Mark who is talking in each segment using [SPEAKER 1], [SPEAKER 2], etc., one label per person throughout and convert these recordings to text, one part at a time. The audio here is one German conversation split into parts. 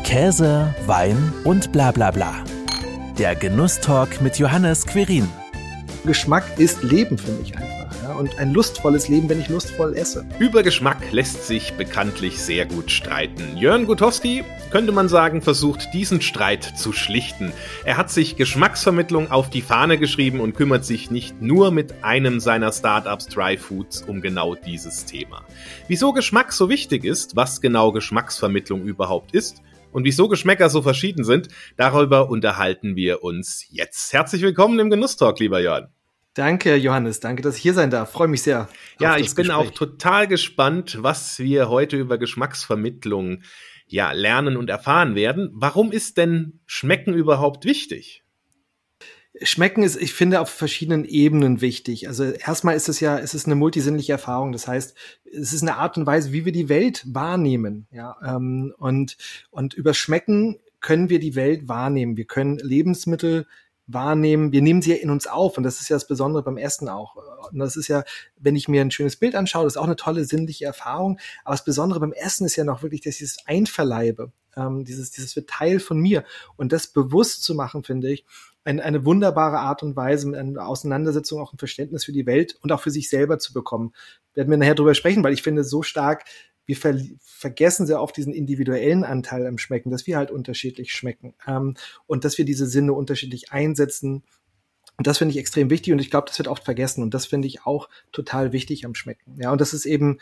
[SPEAKER 1] Käse, Wein und bla bla bla. Der Genusstalk mit Johannes Quirin.
[SPEAKER 2] Geschmack ist Leben für mich einfach. Ja? Und ein lustvolles Leben, wenn ich lustvoll esse.
[SPEAKER 3] Über Geschmack lässt sich bekanntlich sehr gut streiten. Jörn Gutowski, könnte man sagen, versucht diesen Streit zu schlichten. Er hat sich Geschmacksvermittlung auf die Fahne geschrieben und kümmert sich nicht nur mit einem seiner Startups Dry Foods um genau dieses Thema. Wieso Geschmack so wichtig ist, was genau Geschmacksvermittlung überhaupt ist und wieso Geschmäcker so verschieden sind, darüber unterhalten wir uns jetzt. Herzlich willkommen im Genusstalk, lieber Jörn.
[SPEAKER 2] Danke, Johannes. Danke, dass ich hier sein darf. Freue mich sehr.
[SPEAKER 3] Ja, ich bin auch total gespannt, was wir heute über Geschmacksvermittlung lernen und erfahren werden. Warum ist denn Schmecken überhaupt wichtig?
[SPEAKER 2] Schmecken ist, ich finde, auf verschiedenen Ebenen wichtig. Also erstmal ist es eine multisinnliche Erfahrung. Das heißt, es ist eine Art und Weise, wie wir die Welt wahrnehmen. Ja, und über Schmecken können wir die Welt wahrnehmen. Wir können Lebensmittel wahrnehmen. Wir nehmen sie ja in uns auf. Und das ist ja das Besondere beim Essen auch. Und das ist ja, wenn ich mir ein schönes Bild anschaue, das ist auch eine tolle sinnliche Erfahrung. Aber das Besondere beim Essen ist ja noch wirklich, dass ich es einverleibe. Dieses wird Teil von mir. Und das bewusst zu machen, finde ich, eine wunderbare Art und Weise, mit einer Auseinandersetzung auch ein Verständnis für die Welt und auch für sich selber zu bekommen. Werden wir nachher drüber sprechen, weil ich finde so stark, wir vergessen sehr oft diesen individuellen Anteil am Schmecken, dass wir halt unterschiedlich schmecken und dass wir diese Sinne unterschiedlich einsetzen. Und das finde ich extrem wichtig und ich glaube, das wird oft vergessen und das finde ich auch total wichtig am Schmecken. Ja, und das ist eben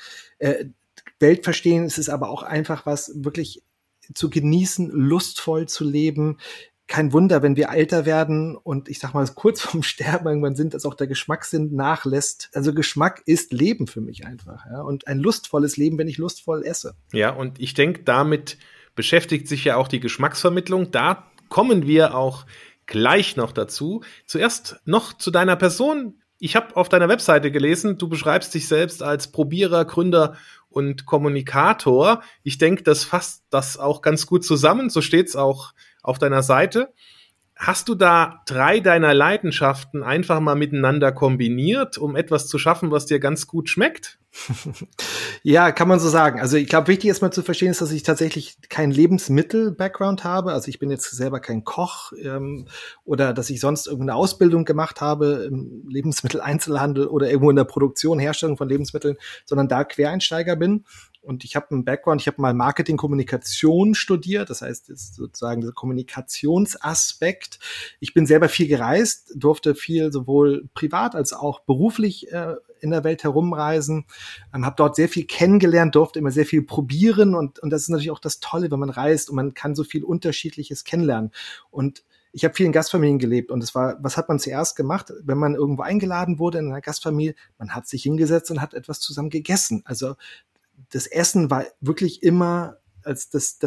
[SPEAKER 2] Welt verstehen, es ist aber auch einfach was wirklich zu genießen, lustvoll zu leben. Kein Wunder, wenn wir älter werden und ich sag mal, kurz vorm Sterben irgendwann sind, dass auch der Geschmackssinn nachlässt. Also Geschmack ist Leben für mich einfach. Ja? Und ein lustvolles Leben, wenn ich lustvoll esse.
[SPEAKER 3] Ja, und ich denke, damit beschäftigt sich ja auch die Geschmacksvermittlung. Da kommen wir auch gleich noch dazu. Zuerst noch zu deiner Person. Ich habe auf deiner Webseite gelesen, du beschreibst dich selbst als Probierer, Gründer und Kommunikator. Ich denke, das fasst das auch ganz gut zusammen. So steht's auch auf deiner Seite. Hast du da 3 deiner Leidenschaften einfach mal miteinander kombiniert, um etwas zu schaffen, was dir ganz gut schmeckt?
[SPEAKER 2] Ja, kann man so sagen. Also ich glaube, wichtig erstmal zu verstehen ist, dass ich tatsächlich keinen Lebensmittel-Background habe. Also ich bin jetzt selber kein Koch oder dass ich sonst irgendeine Ausbildung gemacht habe im Lebensmitteleinzelhandel oder irgendwo in der Produktion, Herstellung von Lebensmitteln, sondern da Quereinsteiger bin. Und ich habe einen Background, ich habe mal Marketing, Kommunikation studiert, das heißt, das ist sozusagen der Kommunikationsaspekt. Ich bin selber viel gereist, durfte viel sowohl privat als auch beruflich in der Welt herumreisen, habe dort sehr viel kennengelernt, durfte immer sehr viel probieren und das ist natürlich auch das Tolle, wenn man reist und man kann so viel Unterschiedliches kennenlernen. Und ich habe viel in Gastfamilien gelebt und was hat man zuerst gemacht, wenn man irgendwo eingeladen wurde in einer Gastfamilie? Man hat sich hingesetzt und hat etwas zusammen gegessen. Also das Essen war wirklich immer als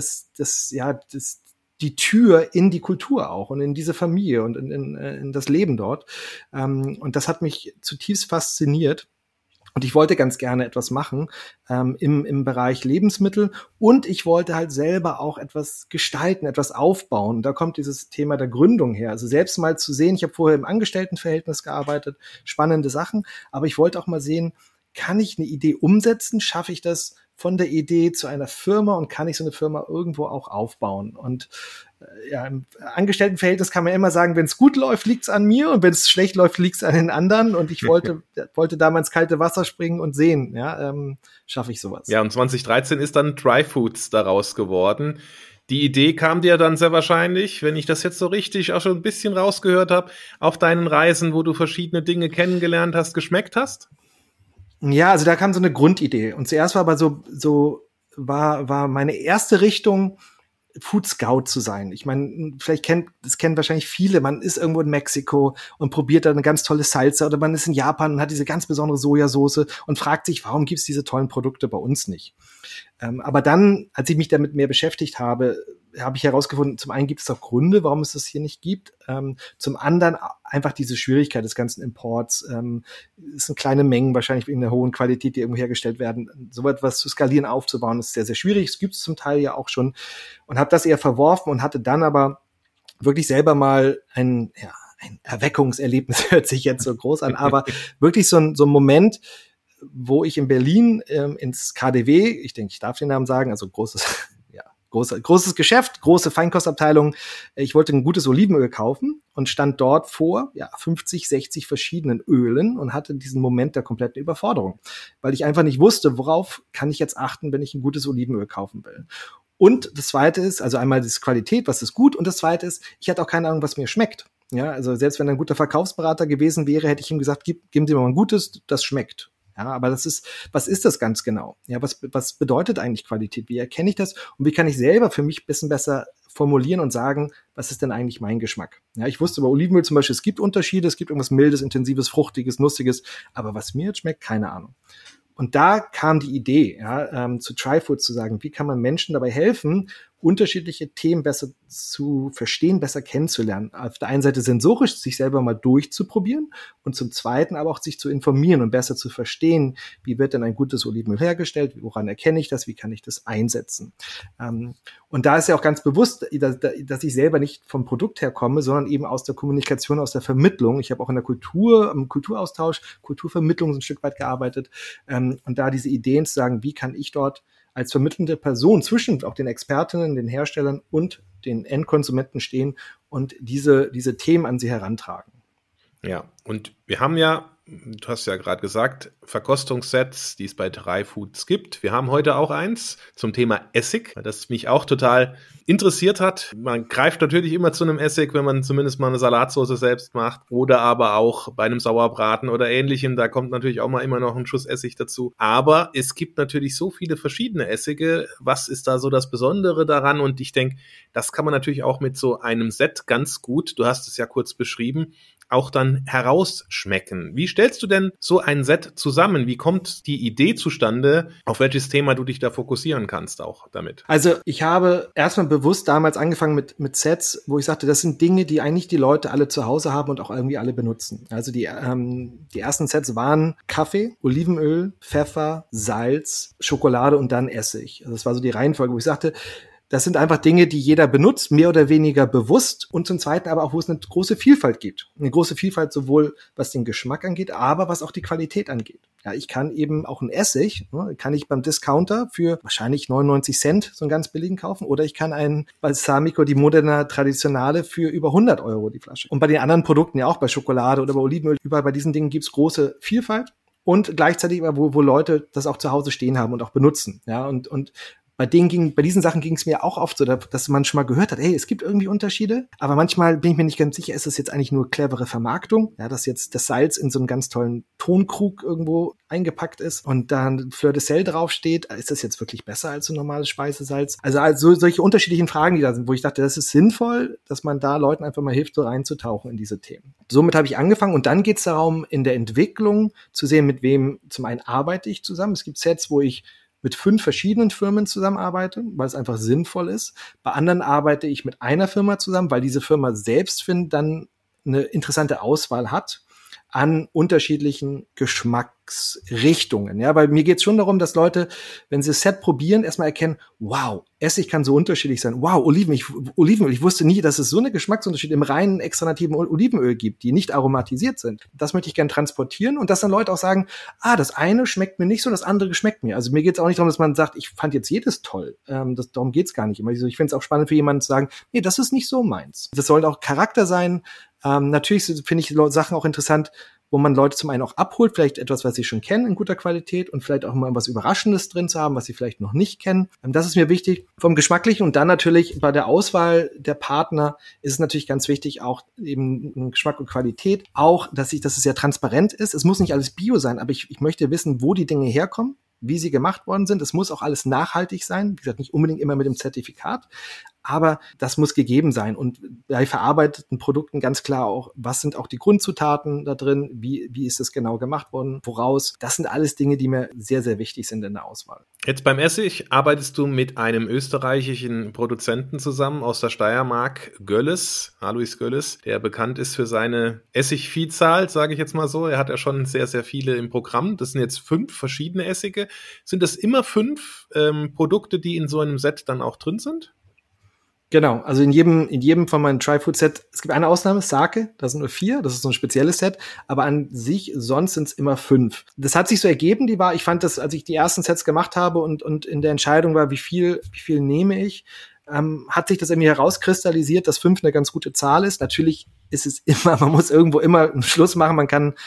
[SPEAKER 2] die Tür in die Kultur auch und in diese Familie und in das Leben dort. Und das hat mich zutiefst fasziniert. Und ich wollte ganz gerne etwas machen im Bereich Lebensmittel und ich wollte halt selber auch etwas gestalten, etwas aufbauen. Und da kommt dieses Thema der Gründung her. Also selbst mal zu sehen, ich habe vorher im Angestelltenverhältnis gearbeitet, spannende Sachen, aber ich wollte auch mal sehen, kann ich eine Idee umsetzen? Schaffe ich das von der Idee zu einer Firma und kann ich so eine Firma irgendwo auch aufbauen? Und im Angestelltenverhältnis kann man immer sagen, wenn es gut läuft, liegt es an mir und wenn es schlecht läuft, liegt es an den anderen. Und ich wollte da mal ins kalte Wasser springen und sehen, schaffe ich sowas.
[SPEAKER 3] Ja, und 2013 ist dann Dry Foods daraus geworden. Die Idee kam dir dann sehr wahrscheinlich, wenn ich das jetzt so richtig auch schon ein bisschen rausgehört habe, auf deinen Reisen, wo du verschiedene Dinge kennengelernt hast, geschmeckt hast?
[SPEAKER 2] Ja, also da kam so eine Grundidee. Und zuerst war aber war meine erste Richtung, Food Scout zu sein. Ich meine, das kennen wahrscheinlich viele. Man ist irgendwo in Mexiko und probiert da eine ganz tolle Salsa oder man ist in Japan und hat diese ganz besondere Sojasauce und fragt sich, warum gibt's diese tollen Produkte bei uns nicht? Aber dann, als ich mich damit mehr beschäftigt habe, habe ich herausgefunden, zum einen gibt es auch Gründe, warum es das hier nicht gibt. Zum anderen einfach diese Schwierigkeit des ganzen Imports. Es sind kleine Mengen, wahrscheinlich in einer hohen Qualität, die irgendwo hergestellt werden. So etwas zu skalieren, aufzubauen, ist sehr, sehr schwierig. Es gibt es zum Teil ja auch schon. Und habe das eher verworfen und hatte dann aber wirklich selber mal ein Erweckungserlebnis, hört sich jetzt so groß an, aber wirklich so ein Moment, wo ich in Berlin ins KaDeWe, ich denke, ich darf den Namen sagen, also großes Geschäft, große Feinkostabteilung. Ich wollte ein gutes Olivenöl kaufen und stand dort vor 50, 60 verschiedenen Ölen und hatte diesen Moment der kompletten Überforderung, weil ich einfach nicht wusste, worauf kann ich jetzt achten, wenn ich ein gutes Olivenöl kaufen will. Und das Zweite ist, also einmal die Qualität, was ist gut, und das Zweite ist, ich hatte auch keine Ahnung, was mir schmeckt. Ja, also selbst wenn er ein guter Verkaufsberater gewesen wäre, hätte ich ihm gesagt, geben Sie mir mal ein gutes, das schmeckt. Ja, aber was ist das ganz genau? Ja, was bedeutet eigentlich Qualität? Wie erkenne ich das? Und wie kann ich selber für mich ein bisschen besser formulieren und sagen, was ist denn eigentlich mein Geschmack? Ja, ich wusste bei Olivenöl zum Beispiel, es gibt Unterschiede, es gibt irgendwas Mildes, Intensives, Fruchtiges, Nussiges, aber was mir jetzt schmeckt, keine Ahnung. Und da kam die Idee, zu Tryfood zu sagen, wie kann man Menschen dabei helfen, unterschiedliche Themen besser zu verstehen, besser kennenzulernen. Auf der einen Seite sensorisch, sich selber mal durchzuprobieren und zum Zweiten aber auch sich zu informieren und besser zu verstehen, wie wird denn ein gutes Olivenöl hergestellt, woran erkenne ich das, wie kann ich das einsetzen. Und da ist ja auch ganz bewusst, dass ich selber nicht vom Produkt her komme, sondern eben aus der Kommunikation, aus der Vermittlung. Ich habe auch in der im Kulturaustausch, Kulturvermittlung so ein Stück weit gearbeitet und da diese Ideen zu sagen, wie kann ich dort als vermittelnde Person zwischen auch den Expertinnen, den Herstellern und den Endkonsumenten stehen und diese Themen an sie herantragen.
[SPEAKER 3] Ja, und wir haben ja, du hast ja gerade gesagt, Verkostungssets, die es bei Tryfoods gibt. Wir haben heute auch eins zum Thema Essig, das mich auch total interessiert hat. Man greift natürlich immer zu einem Essig, wenn man zumindest mal eine Salatsauce selbst macht oder aber auch bei einem Sauerbraten oder Ähnlichem. Da kommt natürlich auch mal immer noch ein Schuss Essig dazu. Aber es gibt natürlich so viele verschiedene Essige. Was ist da so das Besondere daran? Und ich denke, das kann man natürlich auch mit so einem Set ganz gut, du hast es ja kurz beschrieben, auch dann herausschmecken. Wie stellst du denn so ein Set zusammen? Wie kommt die Idee zustande? Auf welches Thema du dich da fokussieren kannst auch damit?
[SPEAKER 2] Also ich habe erstmal bewusst damals angefangen mit Sets, wo ich sagte, das sind Dinge, die eigentlich die Leute alle zu Hause haben und auch irgendwie alle benutzen. Also die ersten Sets waren Kaffee, Olivenöl, Pfeffer, Salz, Schokolade und dann Essig. Also das war so die Reihenfolge, wo ich sagte, das sind einfach Dinge, die jeder benutzt, mehr oder weniger bewusst und zum Zweiten aber auch, wo es eine große Vielfalt gibt. Eine große Vielfalt sowohl, was den Geschmack angeht, aber was auch die Qualität angeht. Ja, ich kann eben auch einen Essig, kann ich beim Discounter für wahrscheinlich 99 Cent so einen ganz billigen kaufen oder ich kann einen Balsamico di Modena Tradizionale für über 100 Euro die Flasche. Und bei den anderen Produkten ja auch, bei Schokolade oder bei Olivenöl, überall bei diesen Dingen gibt's große Vielfalt und gleichzeitig wo Leute das auch zu Hause stehen haben und auch benutzen. Ja, und bei diesen Sachen ging es mir auch oft so, dass man schon mal gehört hat, hey, es gibt irgendwie Unterschiede, aber manchmal bin ich mir nicht ganz sicher, ist das jetzt eigentlich nur clevere Vermarktung, ja, dass jetzt das Salz in so einen ganz tollen Tonkrug irgendwo eingepackt ist und dann Fleur de Sel draufsteht, ist das jetzt wirklich besser als so normales Speisesalz? Also solche unterschiedlichen Fragen, die da sind, wo ich dachte, das ist sinnvoll, dass man da Leuten einfach mal hilft, so reinzutauchen in diese Themen. Somit habe ich angefangen und dann geht es darum, in der Entwicklung zu sehen, mit wem zum einen arbeite ich zusammen. Es gibt Sets, wo ich mit 5 verschiedenen Firmen zusammenarbeite, weil es einfach sinnvoll ist. Bei anderen arbeite ich mit einer Firma zusammen, weil diese Firma selbst dann eine interessante Auswahl hat an unterschiedlichen Geschmacksrichtungen. Ja, weil mir geht es schon darum, dass Leute, wenn sie das Set probieren, erstmal erkennen, wow, Essig kann so unterschiedlich sein. Wow, Olivenöl, ich wusste nie, dass es so eine Geschmacksunterschied im reinen extra nativen Olivenöl gibt, die nicht aromatisiert sind. Das möchte ich gerne transportieren und dass dann Leute auch sagen, das eine schmeckt mir nicht so, das andere schmeckt mir. Also mir geht es auch nicht darum, dass man sagt, ich fand jetzt jedes toll. Darum geht es gar nicht immer. Ich finde es auch spannend für jemanden zu sagen, nee, das ist nicht so meins. Das soll auch Charakter sein. Natürlich finde ich Sachen auch interessant, wo man Leute zum einen auch abholt, vielleicht etwas, was sie schon kennen in guter Qualität und vielleicht auch mal was Überraschendes drin zu haben, was sie vielleicht noch nicht kennen. Das ist mir wichtig vom Geschmacklichen und dann natürlich bei der Auswahl der Partner ist es natürlich ganz wichtig, auch eben Geschmack und Qualität, auch, dass es ja transparent ist. Es muss nicht alles Bio sein, aber ich möchte wissen, wo die Dinge herkommen, wie sie gemacht worden sind. Es muss auch alles nachhaltig sein. Wie gesagt, nicht unbedingt immer mit dem Zertifikat, aber das muss gegeben sein. Und bei verarbeiteten Produkten ganz klar auch, was sind auch die Grundzutaten da drin? Wie ist das genau gemacht worden? Woraus? Das sind alles Dinge, die mir sehr, sehr wichtig sind in der Auswahl.
[SPEAKER 3] Jetzt beim Essig arbeitest du mit einem österreichischen Produzenten zusammen aus der Steiermark, Gölles, Alois Gölles, der bekannt ist für seine Essigviehzahl, sage ich jetzt mal so. Er hat ja schon sehr, sehr viele im Programm. Das sind jetzt 5 verschiedene Essige. Sind das immer 5 Produkte, die in so einem Set dann auch drin sind?
[SPEAKER 2] Genau, also in jedem von meinen Try-Food-Set, es gibt eine Ausnahme, Sake, da sind nur 4, das ist so ein spezielles Set, aber an sich, sonst sind es immer 5. Das hat sich so ergeben, ich fand das, als ich die ersten Sets gemacht habe und in der Entscheidung war, wie viel nehme ich, hat sich das irgendwie herauskristallisiert, dass 5 eine ganz gute Zahl ist. Natürlich ist es immer, man muss irgendwo immer einen Schluss machen, man kann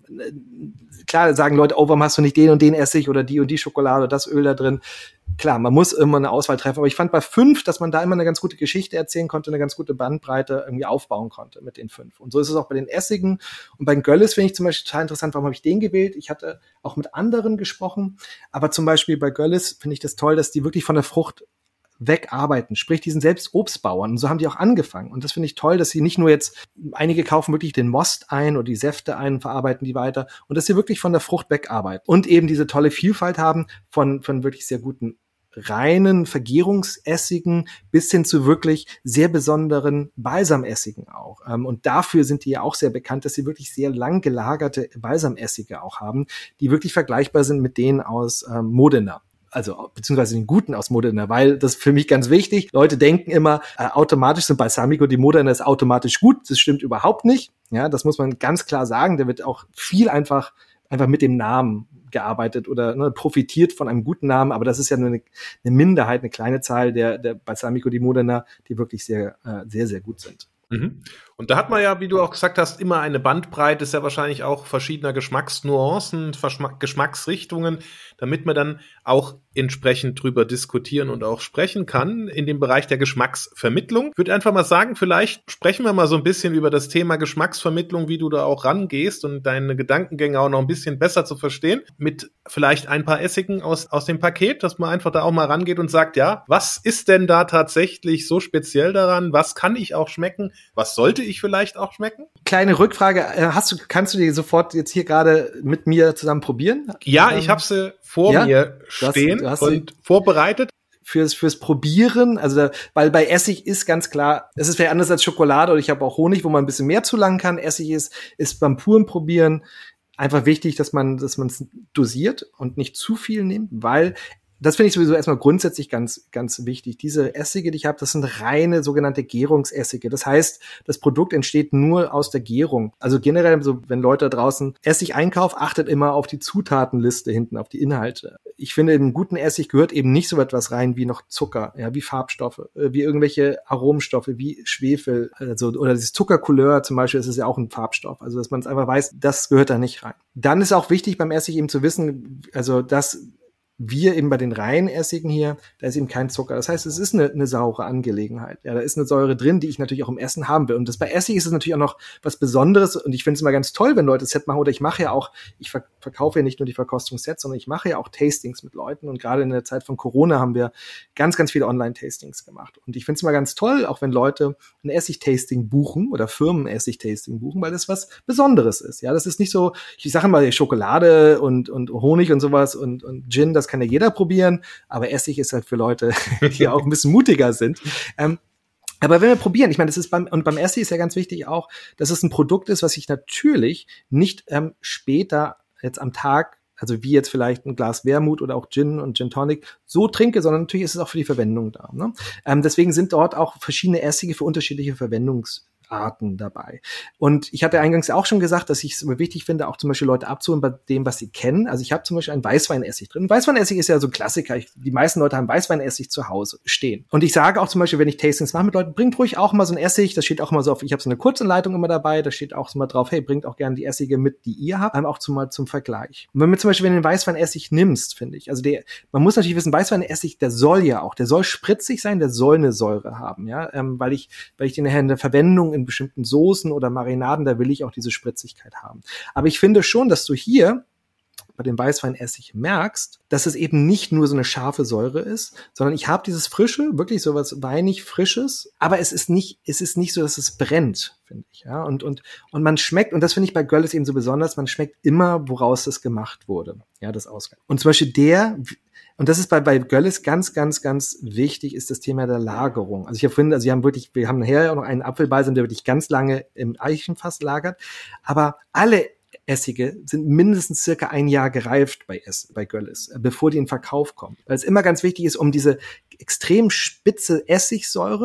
[SPEAKER 2] klar sagen Leute, warum hast du nicht den und den Essig oder die und die Schokolade oder das Öl da drin? Klar, man muss immer eine Auswahl treffen, aber ich fand bei 5, dass man da immer eine ganz gute Geschichte erzählen konnte, eine ganz gute Bandbreite irgendwie aufbauen konnte mit den 5. Und so ist es auch bei den Essigen. Und bei Gölles finde ich zum Beispiel total interessant, warum habe ich den gewählt? Ich hatte auch mit anderen gesprochen, aber zum Beispiel bei Gölles finde ich das toll, dass die wirklich von der Frucht wegarbeiten. Sprich, die sind selbst Obstbauern und so haben die auch angefangen. Und das finde ich toll, dass sie nicht nur jetzt, einige kaufen wirklich den Most ein oder die Säfte ein und verarbeiten die weiter und dass sie wirklich von der Frucht wegarbeiten. Und eben diese tolle Vielfalt haben von wirklich sehr guten reinen Vergärungsessigen bis hin zu wirklich sehr besonderen Balsamessigen auch. Und dafür sind die ja auch sehr bekannt, dass sie wirklich sehr lang gelagerte Balsamessige auch haben, die wirklich vergleichbar sind mit denen aus Modena. Also beziehungsweise den guten aus Modena, weil das ist für mich ganz wichtig. Leute denken immer, automatisch sind Balsamico di Modena ist automatisch gut. Das stimmt überhaupt nicht. Ja, das muss man ganz klar sagen. Der wird auch viel einfach mit dem Namen gearbeitet oder profitiert von einem guten Namen. Aber das ist ja nur eine Minderheit, eine kleine Zahl der Balsamico di Modena, die wirklich sehr, sehr, sehr gut sind.
[SPEAKER 3] Mhm. Und da hat man ja, wie du auch gesagt hast, immer eine Bandbreite, ist ja wahrscheinlich auch verschiedener Geschmacksnuancen, Geschmacksrichtungen, damit man dann auch entsprechend drüber diskutieren und auch sprechen kann in dem Bereich der Geschmacksvermittlung. Ich würde einfach mal sagen, vielleicht sprechen wir mal so ein bisschen über das Thema Geschmacksvermittlung, wie du da auch rangehst und deine Gedankengänge auch noch ein bisschen besser zu verstehen, mit vielleicht ein paar Essigen aus dem Paket, dass man einfach da auch mal rangeht und sagt, ja, was ist denn da tatsächlich so speziell daran? Was kann ich auch schmecken? Was sollte ich vielleicht auch schmecken?
[SPEAKER 2] Kleine Rückfrage, kannst du die sofort jetzt hier gerade mit mir zusammen probieren?
[SPEAKER 3] Ja, ich habe sie vor mir stehen und vorbereitet.
[SPEAKER 2] Fürs Probieren, also weil bei Essig ist ganz klar, es ist vielleicht anders als Schokolade oder ich habe auch Honig, wo man ein bisschen mehr zu lang kann. Essig ist beim puren Probieren einfach wichtig, dass man es dosiert und nicht zu viel nimmt, weil das finde ich sowieso erstmal grundsätzlich ganz, ganz wichtig. Diese Essige, die ich habe, das sind reine sogenannte Gärungsessige. Das heißt, das Produkt entsteht nur aus der Gärung. Also generell, so wenn Leute da draußen Essig einkaufen, achtet immer auf die Zutatenliste hinten, auf die Inhalte. Ich finde, in einem guten Essig gehört eben nicht so etwas rein wie noch Zucker, ja, wie Farbstoffe, wie irgendwelche Aromenstoffe, wie Schwefel, also, oder dieses Zuckercouleur zum Beispiel, ist es ja auch ein Farbstoff. Also, dass man es einfach weiß, das gehört da nicht rein. Dann ist auch wichtig beim Essig eben zu wissen, also, dass wir eben bei den reinen Essigen hier, da ist eben kein Zucker. Das heißt, es ist eine saure Angelegenheit. Ja, da ist eine Säure drin, die ich natürlich auch im Essen haben will. Und das bei Essig ist es natürlich auch noch was Besonderes. Und ich finde es immer ganz toll, wenn Leute das Set machen. Oder ich mache ja auch, ich verkaufe ja nicht nur die Verkostungssets, sondern ich mache ja auch Tastings mit Leuten. Und gerade in der Zeit von Corona haben wir ganz, ganz viele Online-Tastings gemacht. Und ich finde es immer ganz toll, auch wenn Leute ein Essig-Tasting buchen oder Firmen Essig-Tasting buchen, weil das was Besonderes ist. Ja, das ist nicht so, ich sage immer Schokolade und Honig und sowas und Gin, das kann ja jeder probieren, aber Essig ist halt für Leute, die auch ein bisschen mutiger sind. Aber wenn wir probieren, ich meine, das ist beim Essig ist ja ganz wichtig auch, dass es ein Produkt ist, was ich natürlich nicht später jetzt am Tag, also wie jetzt vielleicht ein Glas Wermut oder auch Gin und Gin Tonic, so trinke, sondern natürlich ist es auch für die Verwendung da. Ne? Deswegen sind dort auch verschiedene Essige für unterschiedliche Verwendungsarten dabei. Und ich hatte eingangs auch schon gesagt, dass ich es immer wichtig finde, auch zum Beispiel Leute abzuholen bei dem, was sie kennen. Also ich habe zum Beispiel einen Weißweinessig drin. Weißweinessig ist ja so ein Klassiker. Die meisten Leute haben Weißweinessig zu Hause stehen. Und ich sage auch zum Beispiel, wenn ich Tastings mache mit Leuten, bringt ruhig auch mal so ein Essig. Das steht auch immer so auf, ich habe so eine Kurzanleitung immer dabei, da steht auch so mal drauf, hey, bringt auch gerne die Essige mit, die ihr habt, auch zum Vergleich. Und wenn du zum Beispiel den Weißweinessig nimmst, finde ich, also man muss natürlich wissen, Weißweinessig, der soll spritzig sein, der soll eine Säure haben, ja, weil ich den nachher in der Verwendung in bestimmten Soßen oder Marinaden, da will ich auch diese Spritzigkeit haben. Aber ich finde schon, dass du hier bei dem Weißweinessig merkst, dass es eben nicht nur so eine scharfe Säure ist, sondern ich habe dieses Frische, wirklich so was weinig Frisches, aber es ist nicht so, dass es brennt, finde ich. Ja? Und man schmeckt, und das finde ich bei Gölles eben so besonders, man schmeckt immer, woraus das gemacht wurde. Ja, das Ausgang. Und zum Beispiel und das ist bei Gölles ganz, ganz, ganz wichtig, ist das Thema der Lagerung. Also wir haben nachher auch noch einen Apfelbalsam, der wirklich ganz lange im Eichenfass lagert. Aber alle Essige sind mindestens circa 1 Jahr gereift bei Gölles, bevor die in den Verkauf kommen. Weil es immer ganz wichtig ist, um diese extrem spitze Essigsäure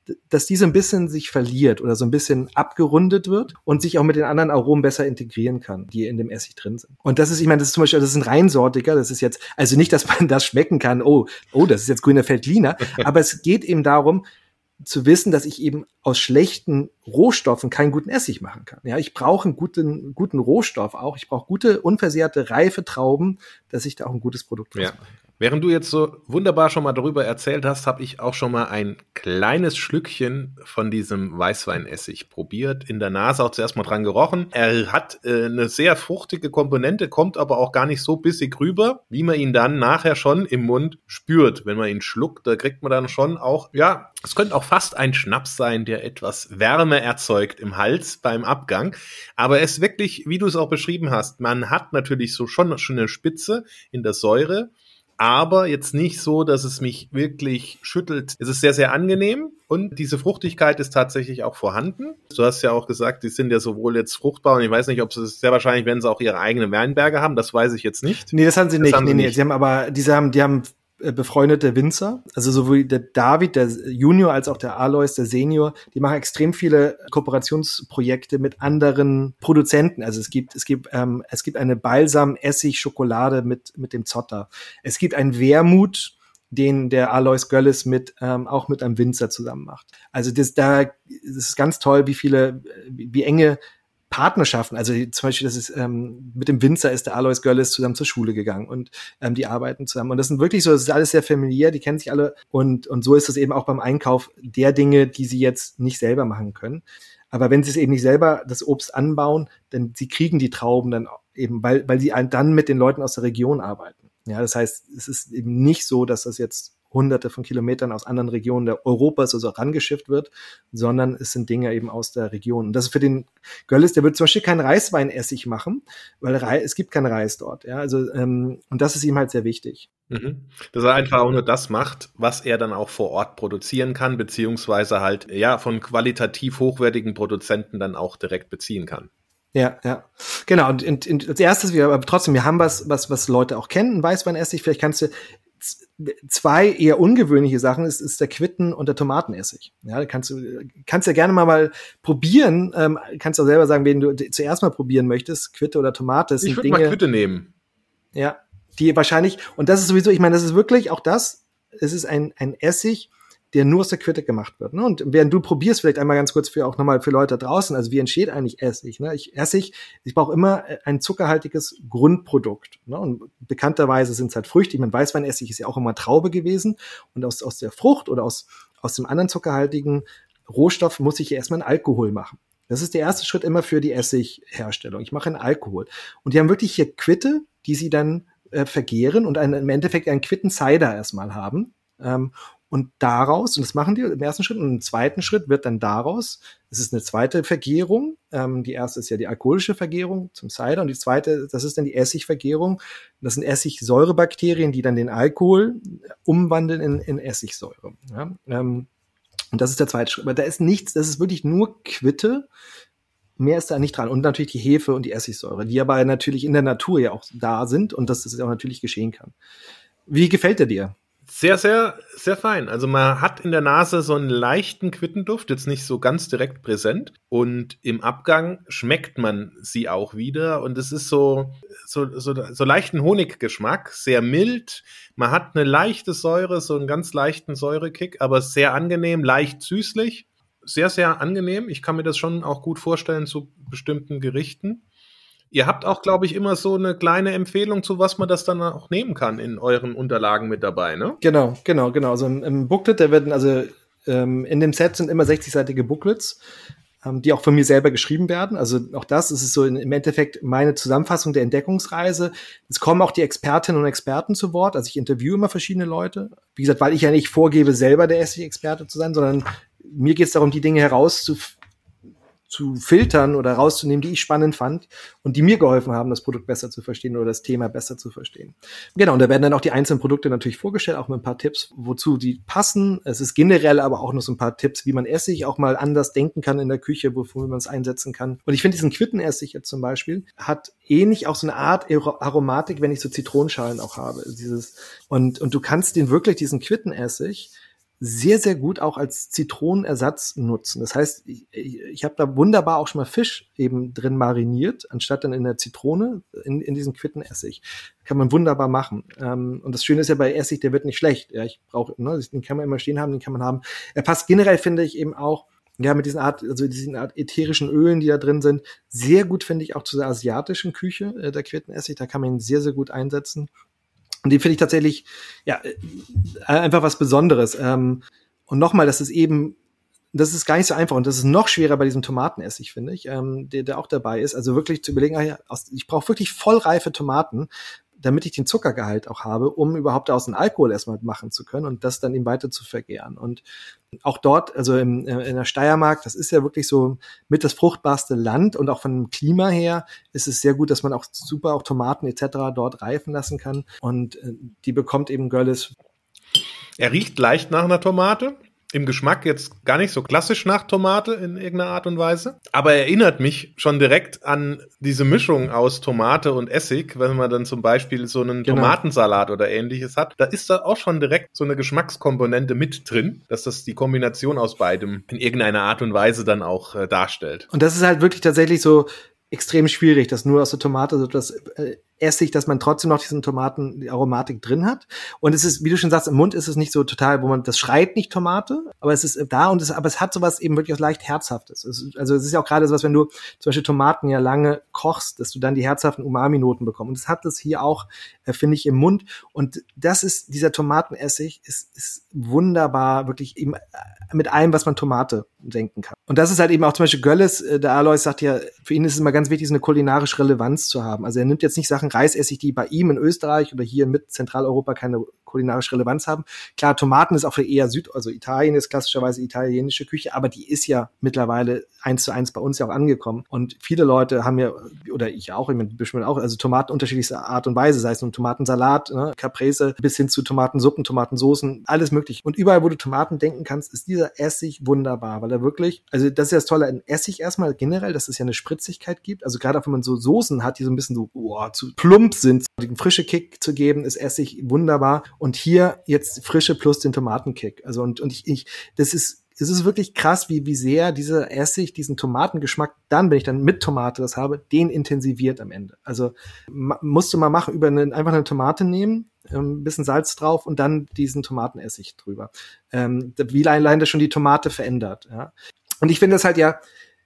[SPEAKER 2] dass die so ein bisschen sich verliert oder so ein bisschen abgerundet wird und sich auch mit den anderen Aromen besser integrieren kann, die in dem Essig drin sind. Und das ist, ich meine, das ist zum Beispiel, das ist ein reinsortiger, das ist jetzt, also nicht, dass man das schmecken kann, oh, das ist jetzt grüner Veltliner, aber es geht eben darum, zu wissen, dass ich eben aus schlechten Rohstoffen keinen guten Essig machen kann. Ja, ich brauche einen guten Rohstoff auch. Ich brauche gute, unversehrte, reife Trauben, dass ich da auch ein gutes Produkt draus machen kann.
[SPEAKER 3] Während du jetzt so wunderbar schon mal darüber erzählt hast, habe ich auch schon mal ein kleines Schlückchen von diesem Weißweinessig probiert. In der Nase auch zuerst mal dran gerochen. Er hat eine sehr fruchtige Komponente, kommt aber auch gar nicht so bissig rüber, wie man ihn dann nachher schon im Mund spürt. Wenn man ihn schluckt, da kriegt man dann schon auch, ja, es könnte auch fast ein Schnaps sein, der etwas Wärme erzeugt im Hals beim Abgang. Aber es ist wirklich, wie du es auch beschrieben hast, man hat natürlich so schon eine Spitze in der Säure, aber jetzt nicht so, dass es mich wirklich schüttelt. Es ist sehr, sehr angenehm und diese Fruchtigkeit ist tatsächlich auch vorhanden. Du hast ja auch gesagt, die sind ja sowohl jetzt fruchtbar und ich weiß nicht, ob sie es sehr wahrscheinlich, wenn sie auch ihre eigenen Weinberge haben, das weiß ich jetzt nicht.
[SPEAKER 2] Nee, das haben sie nicht. Sie haben aber, die haben befreundete Winzer, also sowohl der David, der Junior, als auch der Alois, der Senior, die machen extrem viele Kooperationsprojekte mit anderen Produzenten. Also es gibt eine Balsam-Essig-Schokolade mit dem Zotter. Es gibt einen Wermut, den der Alois Göllis auch mit einem Winzer zusammen macht. Also das ist ganz toll, wie enge Partnerschaften, also zum Beispiel, das ist mit dem Winzer ist der Alois Göllis zusammen zur Schule gegangen und die arbeiten zusammen. Und das sind wirklich so, das ist alles sehr familiär, die kennen sich alle und so ist es eben auch beim Einkauf der Dinge, die sie jetzt nicht selber machen können. Aber wenn sie es eben nicht selber das Obst anbauen, dann sie kriegen die Trauben dann eben, weil sie dann mit den Leuten aus der Region arbeiten. Ja, das heißt, es ist eben nicht so, dass das jetzt Hunderte von Kilometern aus anderen Regionen der Europas also rangeschifft wird, sondern es sind Dinge eben aus der Region. Und das ist für den Göllis, der wird zum Beispiel keinen Reisweinessig machen, weil es gibt keinen Reis dort. Ja, also und das ist ihm halt sehr wichtig.
[SPEAKER 3] Dass er einfach auch nur das macht, was er dann auch vor Ort produzieren kann, beziehungsweise halt von qualitativ hochwertigen Produzenten dann auch direkt beziehen kann.
[SPEAKER 2] Ja, genau. Und als erstes, aber trotzdem, wir haben was Leute auch kennen, ein Weißweinessig. Vielleicht kannst du zwei eher ungewöhnliche Sachen ist der Quitten und der Tomatenessig. Ja, kannst ja gerne mal probieren. Kannst auch selber sagen, wen du zuerst mal probieren möchtest, Quitte oder Tomate.
[SPEAKER 3] Ich würde mal Quitte nehmen.
[SPEAKER 2] Ja, die wahrscheinlich, und das ist sowieso, ich meine, das ist wirklich auch es ist ein Essig, der nur aus der Quitte gemacht wird. Ne? Und während du probierst, vielleicht einmal ganz kurz auch nochmal für Leute da draußen, also wie entsteht eigentlich Essig? Ne? Ich brauche immer ein zuckerhaltiges Grundprodukt. Ne? Und bekannterweise sind es halt Früchte. Ich meine, Weißweinessig ist ja auch immer Traube gewesen. Und aus der Frucht oder aus dem anderen zuckerhaltigen Rohstoff muss ich ja erstmal einen Alkohol machen. Das ist der erste Schritt immer für die Essigherstellung. Ich mache einen Alkohol. Und die haben wirklich hier Quitte, die sie dann vergären und im Endeffekt einen Quitten-Cider erstmal haben. Und daraus, und das machen die im ersten Schritt, und im zweiten Schritt wird dann daraus, es ist eine zweite Vergärung, die erste ist ja die alkoholische Vergärung zum Cider und die zweite, das ist dann die Essigvergärung. Das sind Essigsäurebakterien, die dann den Alkohol umwandeln in Essigsäure. Ja? Und das ist der zweite Schritt. Aber da ist nichts, das ist wirklich nur Quitte, mehr ist da nicht dran. Und natürlich die Hefe und die Essigsäure, die aber natürlich in der Natur ja auch da sind und dass das auch natürlich geschehen kann. Wie gefällt der dir?
[SPEAKER 3] Sehr, sehr, sehr fein. Also man hat in der Nase so einen leichten Quittenduft, jetzt nicht so ganz direkt präsent. Und im Abgang schmeckt man sie auch wieder. Und es ist so leichten Honiggeschmack, sehr mild. Man hat eine leichte Säure, so einen ganz leichten Säurekick, aber sehr angenehm, leicht süßlich. Sehr, sehr angenehm. Ich kann mir das schon auch gut vorstellen zu bestimmten Gerichten. Ihr habt auch, glaube ich, immer so eine kleine Empfehlung, zu was man das dann auch nehmen kann in euren Unterlagen mit dabei, ne?
[SPEAKER 2] Genau. Also im Booklet, in dem Set sind immer 60-seitige Booklets, die auch von mir selber geschrieben werden. Also auch das ist so im Endeffekt meine Zusammenfassung der Entdeckungsreise. Es kommen auch die Expertinnen und Experten zu Wort. Also ich interviewe immer verschiedene Leute. Wie gesagt, weil ich ja nicht vorgebe, selber der Essig-Experte zu sein, sondern mir geht es darum, die Dinge zu filtern oder rauszunehmen, die ich spannend fand und die mir geholfen haben, das Produkt besser zu verstehen oder das Thema besser zu verstehen. Genau, und da werden dann auch die einzelnen Produkte natürlich vorgestellt, auch mit ein paar Tipps, wozu die passen. Es ist generell aber auch noch so ein paar Tipps, wie man Essig auch mal anders denken kann in der Küche, wofür man es einsetzen kann. Und ich finde, diesen Quittenessig jetzt zum Beispiel hat ähnlich auch so eine Art Aromatik, wenn ich so Zitronenschalen auch habe. Und du kannst den wirklich, diesen Quittenessig, sehr, sehr gut auch als Zitronenersatz nutzen. Das heißt, ich habe da wunderbar auch schon mal Fisch eben drin mariniert, anstatt dann in der Zitrone, in diesen Quittenessig. Kann man wunderbar machen. Und das Schöne ist ja bei Essig, der wird nicht schlecht. Ja, ich brauche, den kann man immer stehen haben, den kann man haben. Er passt generell, finde ich, eben auch ja, mit diesen Art ätherischen Ölen, die da drin sind, sehr gut, finde ich, auch zu der asiatischen Küche, der Quittenessig. Da kann man ihn sehr, sehr gut einsetzen. Und den finde ich tatsächlich, ja, einfach was Besonderes. Und nochmal, das ist gar nicht so einfach und das ist noch schwerer bei diesem Tomatenessig, finde ich, der auch dabei ist. Also wirklich zu überlegen, ich brauche wirklich vollreife Tomaten, damit ich den Zuckergehalt auch habe, um überhaupt daraus einen Alkohol erstmal machen zu können und das dann eben weiter zu vergären. Und auch dort, also in der Steiermark, das ist ja wirklich so mit das fruchtbarste Land und auch von dem Klima her ist es sehr gut, dass man auch super auch Tomaten etc. dort reifen lassen kann und die bekommt eben Görlitz.
[SPEAKER 3] Er riecht leicht nach einer Tomate. Im Geschmack jetzt gar nicht so klassisch nach Tomate in irgendeiner Art und Weise. Aber erinnert mich schon direkt an diese Mischung aus Tomate und Essig, wenn man dann zum Beispiel so einen Tomatensalat oder Ähnliches hat. Da ist da auch schon direkt so eine Geschmackskomponente mit drin, dass das die Kombination aus beidem in irgendeiner Art und Weise dann auch darstellt.
[SPEAKER 2] Und das ist halt wirklich tatsächlich so extrem schwierig, dass nur aus der Tomate so das Essig, dass man trotzdem noch diesen Tomatenaromatik drin hat. Und es ist, wie du schon sagst, im Mund ist es nicht so total, das schreit nicht Tomate, aber es ist da aber es hat sowas eben wirklich leicht Herzhaftes. Also es ist ja auch gerade sowas, wenn du zum Beispiel Tomaten ja lange kochst, dass du dann die herzhaften Umami-Noten bekommst. Und das hat es hier auch, finde ich, im Mund. Und dieser Tomatenessig ist wunderbar, wirklich eben mit allem, was man Tomate denken kann. Und das ist halt eben auch zum Beispiel Görlitz, der Alois sagt ja, für ihn ist es immer ganz wichtig, eine kulinarische Relevanz zu haben. Also er nimmt jetzt nicht Sachen Reisessig, die bei ihm in Österreich oder hier in Zentraleuropa keine kulinarische Relevanz haben. Klar, Tomaten ist auch für eher also Italien ist klassischerweise italienische Küche, aber die ist ja mittlerweile 1:1 bei uns ja auch angekommen. Und viele Leute haben ja, oder ich auch, ich meine, bestimmt auch, also Tomaten unterschiedlichster Art und Weise, sei es nun Tomatensalat, Caprese, bis hin zu Tomatensuppen, Tomatensoßen, alles möglich. Und überall, wo du Tomaten denken kannst, ist dieser Essig wunderbar, weil er wirklich, also das ist ja das Tolle an Essig erstmal generell, dass es ja eine Spritzigkeit gibt. Also gerade auch wenn man so Soßen hat, die so ein bisschen so zu plump sind, den frische Kick zu geben, ist Essig wunderbar. Und hier jetzt Frische plus den Tomatenkick. Also und es ist wirklich krass, wie sehr dieser Essig, diesen Tomatengeschmack dann, wenn ich dann mit Tomate das habe, den intensiviert am Ende. Also musst du mal machen, einfach eine Tomate nehmen, ein bisschen Salz drauf und dann diesen Tomatenessig drüber. Wie allein das schon die Tomate verändert. Ja. Und ich finde das halt ja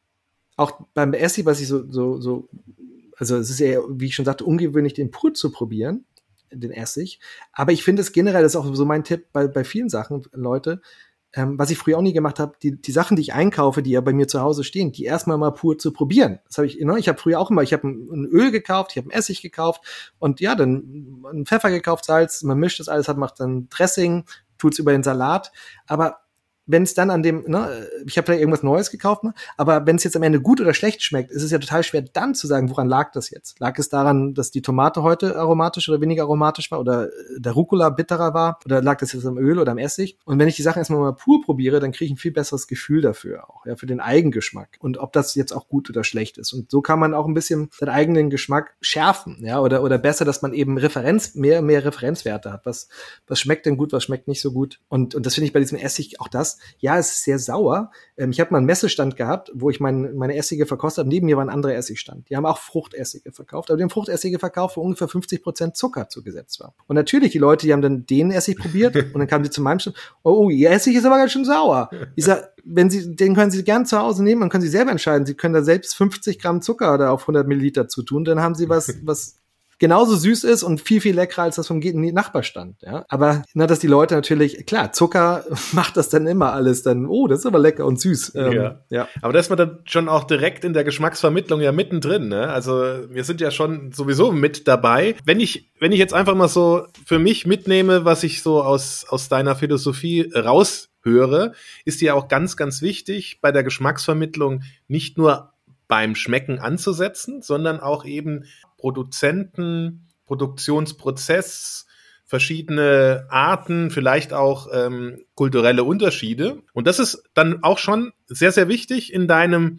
[SPEAKER 2] auch beim Essig, was ich so also es ist ja, wie ich schon sagte, ungewöhnlich, den pur zu probieren, den Essig. Aber ich finde es generell, das ist auch so mein Tipp bei vielen Sachen, Leute, was ich früher auch nie gemacht habe, die Sachen, die ich einkaufe, die ja bei mir zu Hause stehen, die erstmal mal pur zu probieren. Das habe ich habe früher auch immer, ich habe ein Öl gekauft, ich habe einen Essig gekauft und ja, dann einen Pfeffer gekauft, Salz, man mischt das alles, macht dann Dressing, tut's über den Salat, aber wenn es dann an dem, ich habe vielleicht irgendwas Neues gekauft, aber wenn es jetzt am Ende gut oder schlecht schmeckt, ist es ja total schwer dann zu sagen, woran lag das jetzt? Lag es daran, dass die Tomate heute aromatisch oder weniger aromatisch war oder der Rucola bitterer war oder lag das jetzt am Öl oder am Essig? Und wenn ich die Sachen erstmal mal pur probiere, dann kriege ich ein viel besseres Gefühl dafür auch, ja, für den Eigengeschmack und ob das jetzt auch gut oder schlecht ist. Und so kann man auch ein bisschen seinen eigenen Geschmack schärfen, ja, oder besser, dass man eben mehr Referenzwerte hat. Was schmeckt denn gut, was schmeckt nicht so gut? Und das finde ich bei diesem Essig auch das. Ja, es ist sehr sauer. Ich habe mal einen Messestand gehabt, wo ich meine Essige verkostet habe. Neben mir war ein anderer Essigstand. Die haben auch Fruchtessige verkauft, aber die haben Fruchtessige verkauft, wo ungefähr 50% Zucker zugesetzt war. Und natürlich, die Leute, die haben dann den Essig probiert und dann kamen sie zu meinem Stand, oh, ihr Essig ist aber ganz schön sauer. Ich sag, den können Sie gern zu Hause nehmen, dann können Sie selber entscheiden. Sie können da selbst 50 Gramm Zucker da auf 100 Milliliter zu tun, dann haben Sie was genauso süß ist und viel, viel leckerer als das vom Nachbarstand, ja. Aber, dass die Leute natürlich, klar, Zucker macht das dann immer alles dann, das ist aber lecker und süß.
[SPEAKER 3] Ja. Aber da ist man dann schon auch direkt in der Geschmacksvermittlung ja mittendrin, ne? Also, wir sind ja schon sowieso mit dabei. Wenn ich jetzt einfach mal so für mich mitnehme, was ich so aus deiner Philosophie raushöre, ist ja auch ganz, ganz wichtig, bei der Geschmacksvermittlung nicht nur beim Schmecken anzusetzen, sondern auch eben Produzenten, Produktionsprozess, verschiedene Arten, vielleicht auch kulturelle Unterschiede. Und das ist dann auch schon sehr, sehr wichtig in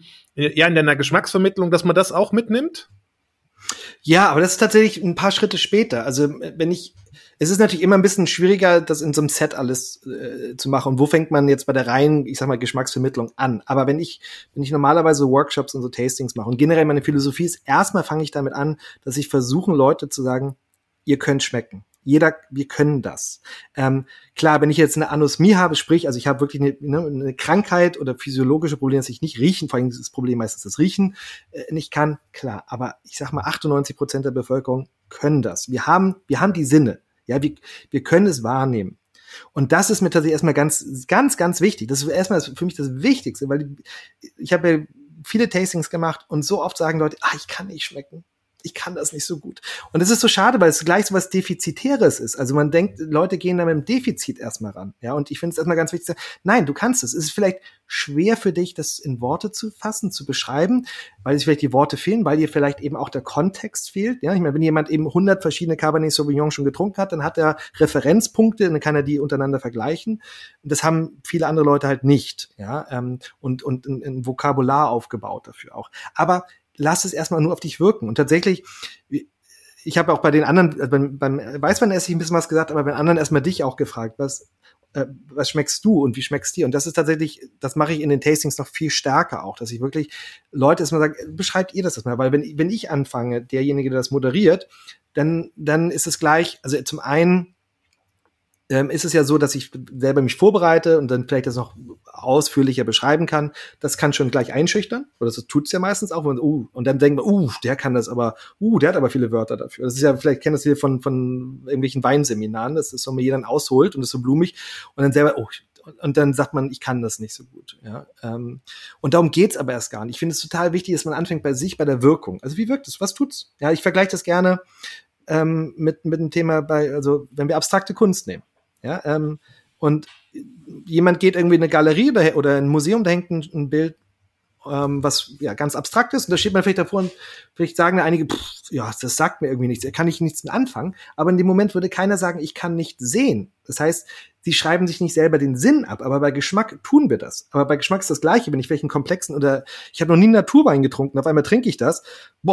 [SPEAKER 3] deiner Geschmacksvermittlung, dass man das auch mitnimmt?
[SPEAKER 2] Ja, aber das ist tatsächlich ein paar Schritte später. Also wenn ich Es ist natürlich immer ein bisschen schwieriger, das in so einem Set alles zu machen. Und wo fängt man jetzt bei der reinen, ich sag mal, Geschmacksvermittlung an? Aber wenn ich normalerweise Workshops und so Tastings mache und generell meine Philosophie ist, erstmal fange ich damit an, dass ich versuche, Leute zu sagen, ihr könnt schmecken. Wir können das. Klar, wenn ich jetzt eine Anosmie habe, sprich, also ich habe wirklich eine Krankheit oder physiologische Probleme, dass ich nicht riechen, vor allem ist das Problem meistens das Riechen nicht kann, klar. Aber ich sag mal, 98% der Bevölkerung können das. Wir haben die Sinne. Ja, wir können es wahrnehmen. Und das ist mir tatsächlich erstmal ganz, ganz, ganz wichtig. Das ist erstmal für mich das Wichtigste, weil ich habe ja viele Tastings gemacht und so oft sagen Leute, ich kann nicht schmecken. Ich kann das nicht so gut. Und es ist so schade, weil es gleich so was Defizitäres ist. Also man denkt, Leute gehen da mit dem Defizit erstmal ran. Ja, und ich finde es erstmal ganz wichtig, nein, du kannst es. Es ist vielleicht schwer für dich, das in Worte zu fassen, zu beschreiben, weil es vielleicht die Worte fehlen, weil dir vielleicht eben auch der Kontext fehlt. Ja, ich meine, wenn jemand eben 100 verschiedene Cabernet Sauvignon schon getrunken hat, dann hat er Referenzpunkte, dann kann er die untereinander vergleichen. Und das haben viele andere Leute halt nicht. Ja, und ein Vokabular aufgebaut dafür auch. Aber lass es erstmal nur auf dich wirken. Und tatsächlich, ich habe auch bei den anderen, beim Weißwein esse ich ein bisschen was gesagt, aber bei den anderen erstmal dich auch gefragt, was schmeckst du und wie schmeckst dir? Und das ist tatsächlich, das mache ich in den Tastings noch viel stärker auch, dass ich wirklich Leute erstmal sage, beschreibt ihr das mal? Weil wenn ich anfange, derjenige, der das moderiert, dann ist es gleich, also zum einen ist es ja so, dass ich selber mich vorbereite und dann vielleicht das noch ausführlicher beschreiben kann. Das kann schon gleich einschüchtern, oder das tut's ja meistens auch. Und dann denkt man, der kann das aber, der hat aber viele Wörter dafür. Das ist ja, vielleicht kennt das hier von irgendwelchen Weinseminaren, das ist so, mir jeder ausholt und ist so blumig und dann selber, und dann sagt man, ich kann das nicht so gut. Ja, und darum geht's aber erst gar nicht. Ich finde es total wichtig, dass man anfängt bei sich, bei der Wirkung. Also wie wirkt es? Was tut's? Ja, ich vergleiche das gerne mit dem Thema also wenn wir abstrakte Kunst nehmen. Ja, und jemand geht irgendwie in eine Galerie oder in ein Museum, da hängt ein Bild, was ja ganz abstrakt ist, und da steht man vielleicht davor und vielleicht sagen da einige, das sagt mir irgendwie nichts, da kann ich nichts mit anfangen, aber in dem Moment würde keiner sagen, ich kann nicht sehen. Das heißt, sie schreiben sich nicht selber den Sinn ab, aber bei Geschmack tun wir das. Aber bei Geschmack ist das Gleiche, wenn ich vielleicht einen komplexen ich habe noch nie einen Naturwein getrunken, auf einmal trinke ich das,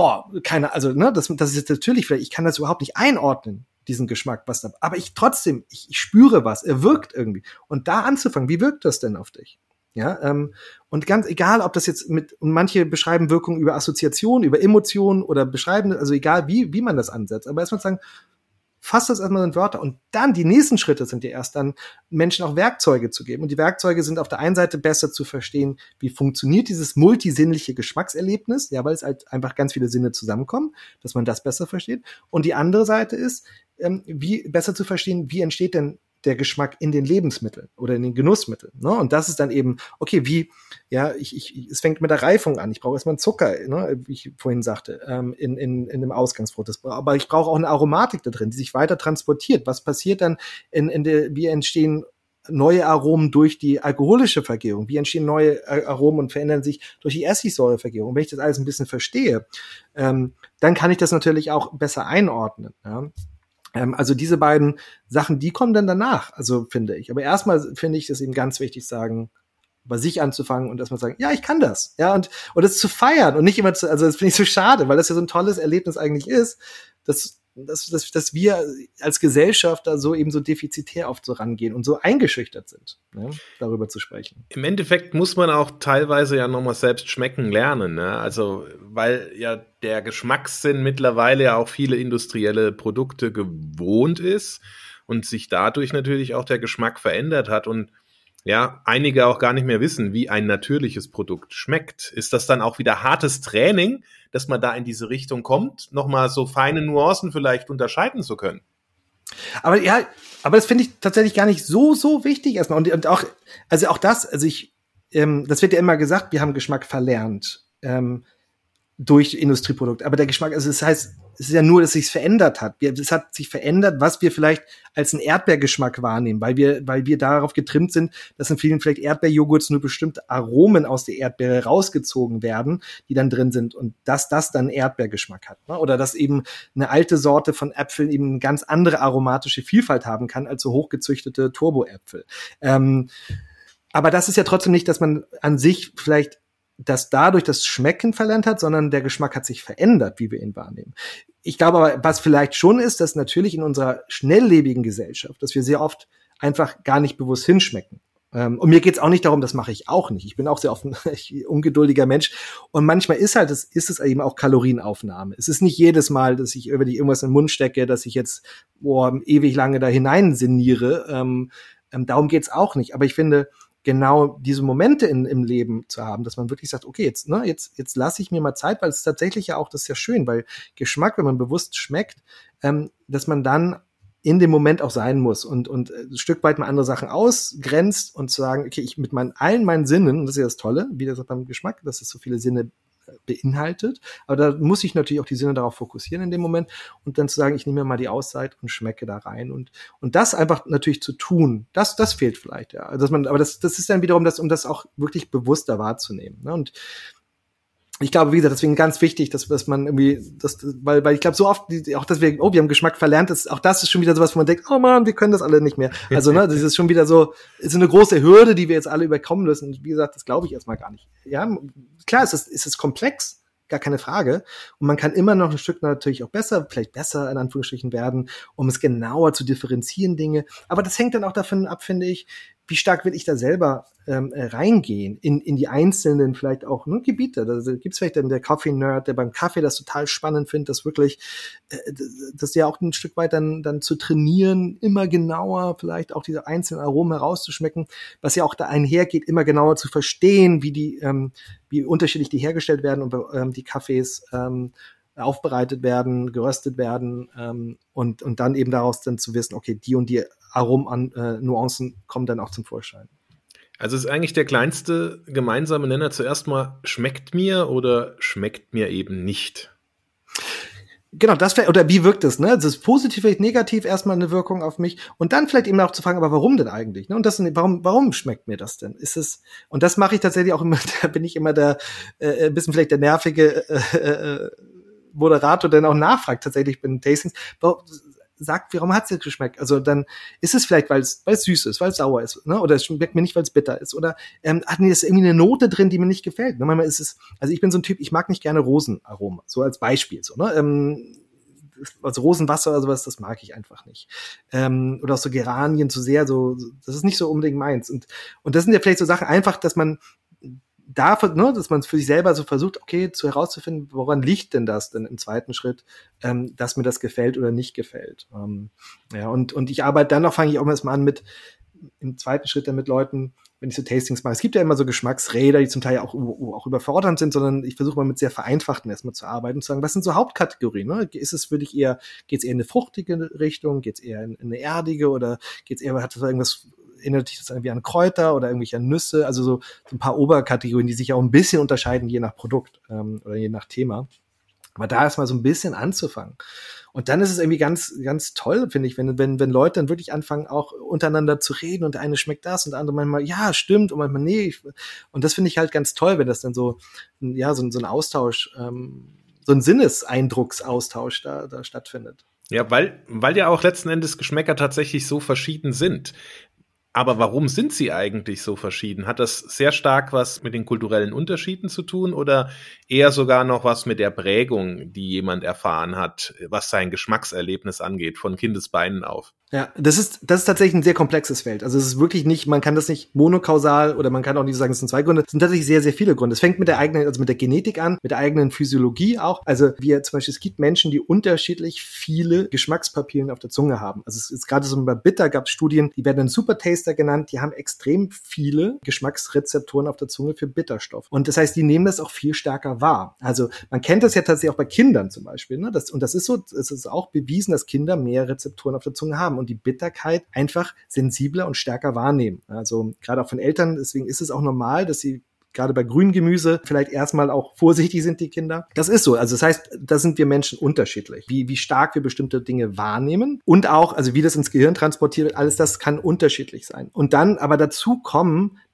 [SPEAKER 2] das ist jetzt natürlich vielleicht, ich kann das überhaupt nicht einordnen, diesen Geschmack, aber ich spüre was, er wirkt irgendwie. Und da anzufangen, wie wirkt das denn auf dich? Ja, und ganz egal, ob das jetzt und manche beschreiben Wirkung über Assoziation, über Emotionen oder beschreiben, also egal wie man das ansetzt, aber erstmal sagen, fass das erstmal in Wörter und dann die nächsten Schritte sind ja erst dann, Menschen auch Werkzeuge zu geben. Und die Werkzeuge sind auf der einen Seite besser zu verstehen, wie funktioniert dieses multisinnliche Geschmackserlebnis, ja, weil es halt einfach ganz viele Sinne zusammenkommen, dass man das besser versteht. Und die andere Seite ist, wie besser zu verstehen, wie entsteht denn der Geschmack in den Lebensmitteln oder in den Genussmitteln. Ne? Und das ist dann eben, okay, es fängt mit der Reifung an. Ich brauche erstmal einen Zucker, ne, wie ich vorhin sagte, in dem Ausgangsbrot. Aber ich brauche auch eine Aromatik da drin, die sich weiter transportiert. Was passiert dann wie entstehen neue Aromen durch die alkoholische Vergärung? Wie entstehen neue Aromen und verändern sich durch die Essigsäurevergärung? Und wenn ich das alles ein bisschen verstehe, dann kann ich das natürlich auch besser einordnen. Ja? Also diese beiden Sachen, die kommen dann danach, also finde ich. Aber erstmal finde ich das eben ganz wichtig, bei sich anzufangen und erstmal sagen, ja, ich kann das. Ja, und das zu feiern und nicht immer also das finde ich so schade, weil das ja so ein tolles Erlebnis eigentlich ist, dass wir als Gesellschaft da so eben so defizitär oft so rangehen und so eingeschüchtert sind, ne, darüber zu sprechen.
[SPEAKER 3] Im Endeffekt muss man auch teilweise ja nochmal selbst schmecken lernen, ne? Also, weil ja der Geschmackssinn mittlerweile ja auch viele industrielle Produkte gewohnt ist und sich dadurch natürlich auch der Geschmack verändert hat und ja, einige auch gar nicht mehr wissen, wie ein natürliches Produkt schmeckt. Ist das dann auch wieder hartes Training, dass man da in diese Richtung kommt, nochmal so feine Nuancen vielleicht unterscheiden zu können?
[SPEAKER 2] Aber das finde ich tatsächlich gar nicht so wichtig erstmal. Und auch, das wird ja immer gesagt, wir haben Geschmack verlernt. Durch Industrieprodukte. Aber der Geschmack, also das heißt, es ist ja nur, dass es sich verändert hat. Es hat sich verändert, was wir vielleicht als einen Erdbeergeschmack wahrnehmen, weil wir darauf getrimmt sind, dass in vielen vielleicht Erdbeerjoghurts nur bestimmte Aromen aus der Erdbeere rausgezogen werden, die dann drin sind und dass das dann Erdbeergeschmack hat. Ne? Oder dass eben eine alte Sorte von Äpfeln eben eine ganz andere aromatische Vielfalt haben kann als so hochgezüchtete Turboäpfel. Aber das ist ja trotzdem nicht, dass man an sich vielleicht dass dadurch das Schmecken verlernt hat, sondern der Geschmack hat sich verändert, wie wir ihn wahrnehmen. Ich glaube aber, was vielleicht schon ist, dass natürlich in unserer schnelllebigen Gesellschaft, dass wir sehr oft einfach gar nicht bewusst hinschmecken. Und mir geht's auch nicht darum, das mache ich auch nicht. Ich bin auch sehr oft ein ungeduldiger Mensch. Und manchmal ist es eben auch Kalorienaufnahme. Es ist nicht jedes Mal, dass ich irgendwas in den Mund stecke, dass ich jetzt ewig lange da hineinsinniere. Darum geht's auch nicht. Aber ich finde, genau diese Momente im Leben zu haben, dass man wirklich sagt, okay, jetzt lasse ich mir mal Zeit, weil es tatsächlich ja auch, das ist ja schön, weil Geschmack, wenn man bewusst schmeckt, dass man dann in dem Moment auch sein muss und ein Stück weit mal andere Sachen ausgrenzt und zu sagen, okay, ich mit allen meinen Sinnen, und das ist ja das Tolle, wie das beim Geschmack, dass es so viele Sinne beinhaltet, aber da muss ich natürlich auch die Sinne darauf fokussieren in dem Moment und dann zu sagen, ich nehme mir mal die Auszeit und schmecke da rein und das einfach natürlich zu tun, das fehlt vielleicht, ja, aber das ist dann wiederum um das auch wirklich bewusster wahrzunehmen, ne? Und ich glaube, wie gesagt, deswegen ganz wichtig, dass man irgendwie, weil ich glaube, so oft, auch deswegen, wir haben Geschmack verlernt, auch das ist schon wieder sowas, wo man denkt, oh man, wir können das alle nicht mehr. Also, ne, das ist schon wieder so, ist eine große Hürde, die wir jetzt alle überkommen müssen. Und wie gesagt, das glaube ich erstmal gar nicht. Ja, klar, es ist komplex, gar keine Frage. Und man kann immer noch ein Stück natürlich auch vielleicht besser in Anführungsstrichen werden, um es genauer zu differenzieren, Dinge. Aber das hängt dann auch davon ab, finde ich, wie stark will ich da selber reingehen in die einzelnen vielleicht auch Gebiete. Da gibt's vielleicht dann der Coffee-Nerd, der beim Kaffee das total spannend findet, das wirklich, das ja auch ein Stück weit dann zu trainieren, immer genauer vielleicht auch diese einzelnen Aromen herauszuschmecken, was ja auch da einhergeht, immer genauer zu verstehen, wie unterschiedlich die hergestellt werden und die Kaffees aufbereitet werden, geröstet werden und dann eben daraus dann zu wissen, okay, die und die Aromen-Nuancen kommen dann auch zum Vorschein.
[SPEAKER 3] Also ist eigentlich der kleinste gemeinsame Nenner zuerst mal, schmeckt mir oder schmeckt mir eben nicht?
[SPEAKER 2] Genau, oder wie wirkt es, ne? Also es ist positiv, vielleicht negativ erstmal eine Wirkung auf mich und dann vielleicht eben auch zu fragen, aber warum denn eigentlich, ne? Und warum schmeckt mir das denn? Und das mache ich tatsächlich auch immer, da bin ich immer ein bisschen vielleicht der nervige Moderator, der dann auch nachfragt tatsächlich bei den Tastings, sagt, warum hat es jetzt geschmeckt? Also dann ist es vielleicht, weil es süß ist, weil es sauer ist, ne? Oder es schmeckt mir nicht, weil es bitter ist. Oder ist irgendwie eine Note drin, die mir nicht gefällt. Ne? Manchmal ist es, also ich bin so ein Typ, ich mag nicht gerne Rosenaroma, so als Beispiel. So, ne? Also Rosenwasser oder sowas, das mag ich einfach nicht. Oder auch so Geranien zu sehr, das ist nicht so unbedingt meins. Und das sind ja vielleicht so Sachen einfach, dass man dass man für sich selber so versucht, okay, herauszufinden, woran liegt denn das denn im zweiten Schritt, dass mir das gefällt oder nicht gefällt. Und ich arbeite dann noch, fange ich auch erstmal an im zweiten Schritt dann mit Leuten, wenn ich so Tastings mache. Es gibt ja immer so Geschmacksräder, die zum Teil auch überfordernd sind, sondern ich versuche mal mit sehr vereinfachten erstmal zu arbeiten und zu sagen, was sind so Hauptkategorien? Ne? Geht's eher in eine fruchtige Richtung, geht's eher in eine erdige oder hat das irgendwas erinnert sich das irgendwie an Kräuter oder irgendwelche Nüsse, also so ein paar Oberkategorien, die sich auch ein bisschen unterscheiden, je nach Produkt oder je nach Thema. Aber da erstmal so ein bisschen anzufangen. Und dann ist es irgendwie ganz, ganz toll, finde ich, wenn Leute dann wirklich anfangen, auch untereinander zu reden und der eine schmeckt das und der andere manchmal, ja, stimmt, und manchmal, nee. Und das finde ich halt ganz toll, wenn das dann so ein Austausch, so ein Sinneseindrucksaustausch da stattfindet.
[SPEAKER 3] Ja, weil ja auch letzten Endes Geschmäcker tatsächlich so verschieden sind. Aber warum sind sie eigentlich so verschieden? Hat das sehr stark was mit den kulturellen Unterschieden zu tun oder eher sogar noch was mit der Prägung, die jemand erfahren hat, was sein Geschmackserlebnis angeht, von Kindesbeinen auf?
[SPEAKER 2] Ja, das ist tatsächlich ein sehr komplexes Feld. Also es ist wirklich nicht, man kann das nicht monokausal oder man kann auch nicht sagen, es sind 2 Gründe. Es sind tatsächlich sehr, sehr viele Gründe. Es fängt mit der Genetik an, mit der eigenen Physiologie auch. Also es gibt Menschen, die unterschiedlich viele Geschmackspapillen auf der Zunge haben. Also es ist gerade so bei Bitter gab es Studien, die werden dann Supertaster genannt, die haben extrem viele Geschmacksrezeptoren auf der Zunge für Bitterstoff. Und das heißt, die nehmen das auch viel stärker wahr. Also man kennt das ja tatsächlich auch bei Kindern zum Beispiel. Ne? Es ist auch bewiesen, dass Kinder mehr Rezeptoren auf der Zunge haben und die Bitterkeit einfach sensibler und stärker wahrnehmen. Also gerade auch von Eltern, deswegen ist es auch normal, dass sie gerade bei grünem Gemüse vielleicht erstmal auch vorsichtig sind, die Kinder. Das ist so. Also das heißt, da sind wir Menschen unterschiedlich. Wie stark wir bestimmte Dinge wahrnehmen und auch, also wie das ins Gehirn transportiert wird, alles das kann unterschiedlich sein. Und dann aber dazu kommen,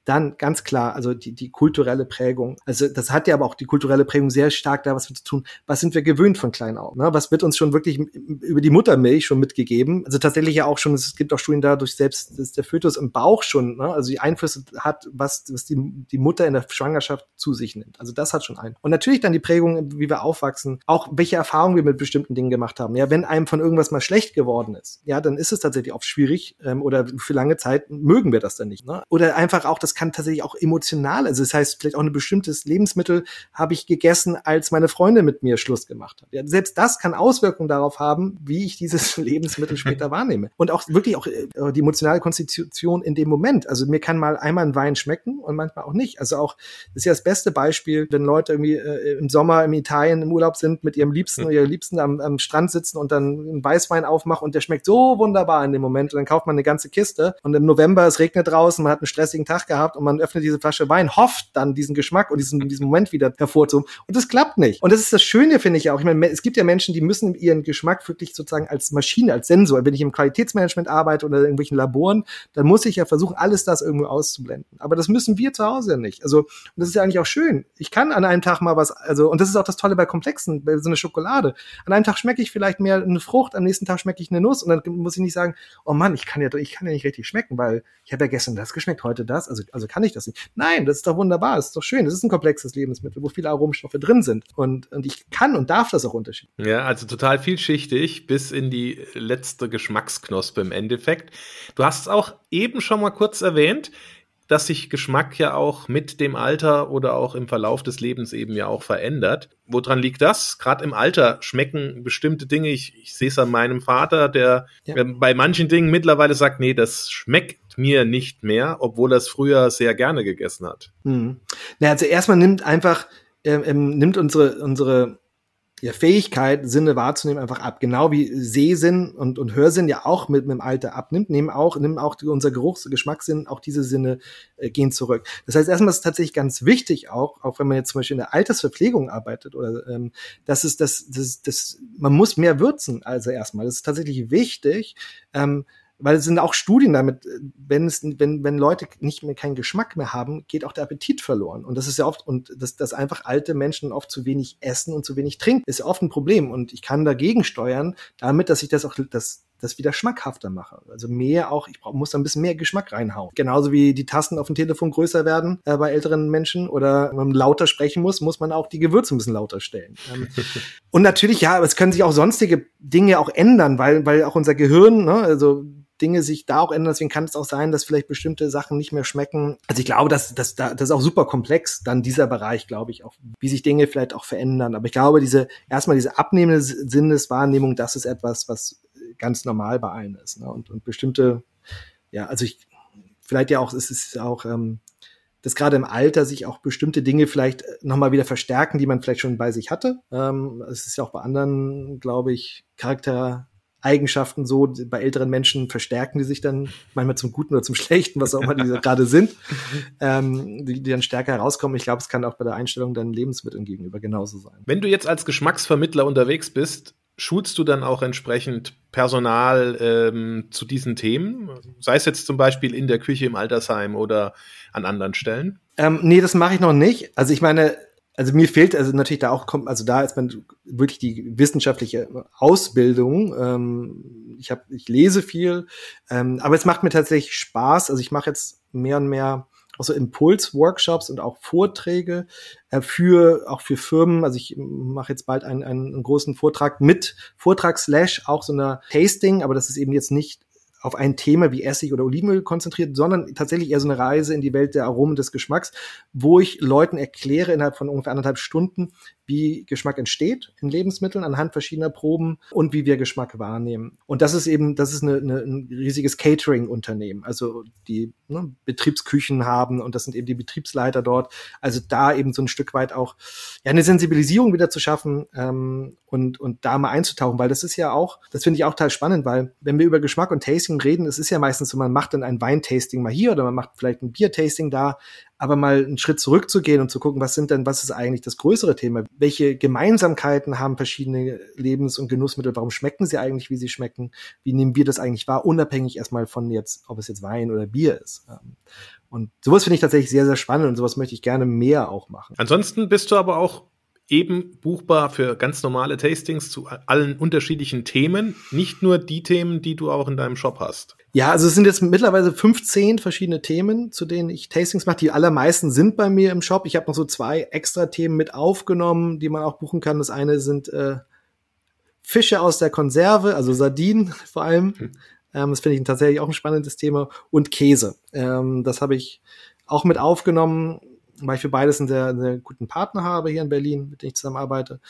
[SPEAKER 2] Dann ganz klar, also die kulturelle Prägung. Also das hat ja aber auch die kulturelle Prägung sehr stark da was zu tun. Was sind wir gewöhnt von klein auf? Ne? Was wird uns schon wirklich über die Muttermilch schon mitgegeben? Also tatsächlich ja auch schon, es gibt auch Studien dadurch selbst, dass der Fötus im Bauch schon, ne? Also die Einflüsse hat, was die Mutter in der Schwangerschaft zu sich nimmt. Also das hat schon einen. Und natürlich dann die Prägung, wie wir aufwachsen, auch welche Erfahrungen wir mit bestimmten Dingen gemacht haben. Ja, wenn einem von irgendwas mal schlecht geworden ist, ja, dann ist es tatsächlich oft schwierig oder für lange Zeit mögen wir das dann nicht. Ne? Oder einfach auch, das kann tatsächlich auch emotional, also das heißt vielleicht auch ein bestimmtes Lebensmittel habe ich gegessen, als meine Freundin mit mir Schluss gemacht hat. Ja, selbst das kann Auswirkungen darauf haben, wie ich dieses Lebensmittel später wahrnehme. Und auch wirklich auch die emotionale Konstitution in dem Moment. Also mir kann mal einmal ein Wein schmecken und manchmal auch nicht. Also auch, das ist ja das beste Beispiel, wenn Leute irgendwie im Sommer in Italien im Urlaub sind, mit ihrem Liebsten oder ihrer Liebsten am Strand sitzen und dann einen Weißwein aufmachen und der schmeckt so wunderbar in dem Moment und dann kauft man eine ganze Kiste und im November, es regnet draußen, man hat einen stressigen Tag gehabt und man öffnet diese Flasche Wein, hofft dann diesen Geschmack und diesen Moment wieder hervorzuholen und das klappt nicht. Und das ist das Schöne, finde ich auch. Ich meine, es gibt ja Menschen, die müssen ihren Geschmack wirklich sozusagen als Maschine, als Sensor, wenn ich im Qualitätsmanagement arbeite oder in irgendwelchen Laboren, dann muss ich ja versuchen, alles das irgendwo auszublenden. Aber das müssen wir zu Hause ja nicht. Also, und das ist ja eigentlich auch schön. Ich kann an einem Tag mal was, also, und das ist auch das Tolle bei Komplexen, bei so einer Schokolade. An einem Tag schmecke ich vielleicht mehr eine Frucht, am nächsten Tag schmecke ich eine Nuss und dann muss ich nicht sagen, oh Mann, ich kann ja nicht richtig schmecken, weil ich habe ja gestern das geschmeckt, heute das, also kann ich das nicht. Nein, das ist doch wunderbar, das ist doch schön. Das ist ein komplexes Lebensmittel, wo viele Aromstoffe drin sind und ich kann und darf das auch unterschieden.
[SPEAKER 3] Ja, also total vielschichtig bis in die letzte Geschmacksknospe im Endeffekt. Du hast es auch eben schon mal kurz erwähnt, dass sich Geschmack ja auch mit dem Alter oder auch im Verlauf des Lebens eben ja auch verändert. Woran liegt das? Gerade im Alter schmecken bestimmte Dinge, ich sehe es an meinem Vater, der bei manchen Dingen mittlerweile sagt, nee, das schmeckt mir nicht mehr, obwohl er es früher sehr gerne gegessen hat.
[SPEAKER 2] Na, also erstmal nimmt unsere Fähigkeit, Sinne wahrzunehmen, einfach ab. Genau wie Sehsinn und Hörsinn ja auch mit dem Alter abnimmt, nehmen auch unser Geschmackssinn, auch diese Sinne gehen zurück. Das heißt, erstmal ist es tatsächlich ganz wichtig auch wenn man jetzt zum Beispiel in der Altersverpflegung arbeitet oder man muss mehr würzen, also erstmal. Das ist tatsächlich wichtig, weil es sind auch Studien damit, wenn Leute nicht mehr keinen Geschmack mehr haben, geht auch der Appetit verloren. Und das ist ja oft, und dass einfach alte Menschen oft zu wenig essen und zu wenig trinken, ist ja oft ein Problem. Und ich kann dagegen steuern, damit, dass ich das wieder schmackhafter mache. Also muss da ein bisschen mehr Geschmack reinhauen. Genauso wie die Tasten auf dem Telefon größer werden bei älteren Menschen oder man lauter sprechen muss man auch die Gewürze ein bisschen lauter stellen. Und natürlich, ja, aber es können sich auch sonstige Dinge auch ändern, weil auch unser Gehirn, ne, also Dinge sich da auch ändern, deswegen kann es auch sein, dass vielleicht bestimmte Sachen nicht mehr schmecken. Also ich glaube, das ist auch super komplex, dann dieser Bereich, glaube ich, auch, wie sich Dinge vielleicht auch verändern. Aber ich glaube, diese abnehmende Sinneswahrnehmung, das ist etwas, was ganz normal bei allen ist. Ne? Und bestimmte, ja, also es ist auch, dass gerade im Alter sich auch bestimmte Dinge vielleicht nochmal wieder verstärken, die man vielleicht schon bei sich hatte. Es ist ja auch bei anderen, glaube ich, Charaktereigenschaften so, bei älteren Menschen verstärken die sich dann manchmal zum Guten oder zum Schlechten, was auch immer die gerade sind, die dann stärker herauskommen. Ich glaube, es kann auch bei der Einstellung deinen Lebensmitteln gegenüber genauso sein.
[SPEAKER 3] Wenn du jetzt als Geschmacksvermittler unterwegs bist, schulst du dann auch entsprechend Personal zu diesen Themen? Sei es jetzt zum Beispiel in der Küche im Altersheim oder an anderen Stellen?
[SPEAKER 2] Nee, das mache ich noch nicht. Also ich meine, mir fehlt natürlich da ist man wirklich die wissenschaftliche Ausbildung. Ich lese viel, aber es macht mir tatsächlich Spaß. Also ich mache jetzt mehr und mehr auch so Impuls-Workshops und auch Vorträge für Firmen. Also ich mache jetzt bald einen großen Vortrag mit Vortrag / auch so einer Tasting, aber das ist eben jetzt nicht auf ein Thema wie Essig oder Olivenöl konzentriert, sondern tatsächlich eher so eine Reise in die Welt der Aromen des Geschmacks, wo ich Leuten erkläre innerhalb von ungefähr 1,5 Stunden, wie Geschmack entsteht in Lebensmitteln anhand verschiedener Proben und wie wir Geschmack wahrnehmen. Und das ist ein riesiges Catering-Unternehmen, also die Betriebsküchen haben und das sind eben die Betriebsleiter dort. Also da eben so ein Stück weit auch eine Sensibilisierung wieder zu schaffen und da mal einzutauchen, weil das finde ich auch total spannend, weil wenn wir über Geschmack und Tasting reden, es ist ja meistens so, man macht dann ein Weintasting mal hier oder man macht vielleicht ein Biertasting da, aber mal einen Schritt zurückzugehen und zu gucken, was ist eigentlich das größere Thema? Welche Gemeinsamkeiten haben verschiedene Lebens- und Genussmittel? Warum schmecken sie eigentlich, wie sie schmecken? Wie nehmen wir das eigentlich wahr? Unabhängig erstmal von jetzt, ob es jetzt Wein oder Bier ist. Und sowas finde ich tatsächlich sehr, sehr spannend und sowas möchte ich gerne mehr auch machen.
[SPEAKER 3] Ansonsten bist du aber auch eben buchbar für ganz normale Tastings zu allen unterschiedlichen Themen, nicht nur die Themen, die du auch in deinem Shop hast.
[SPEAKER 2] Ja, also es sind jetzt mittlerweile 15 verschiedene Themen, zu denen ich Tastings mache. Die allermeisten sind bei mir im Shop. Ich habe noch so 2 extra Themen mit aufgenommen, die man auch buchen kann. Das eine sind Fische aus der Konserve, also Sardinen vor allem. Das finde ich tatsächlich auch ein spannendes Thema. Und Käse. Das habe ich auch mit aufgenommen, weil ich für beides einen sehr, sehr guten Partner habe hier in Berlin, mit dem ich zusammenarbeite.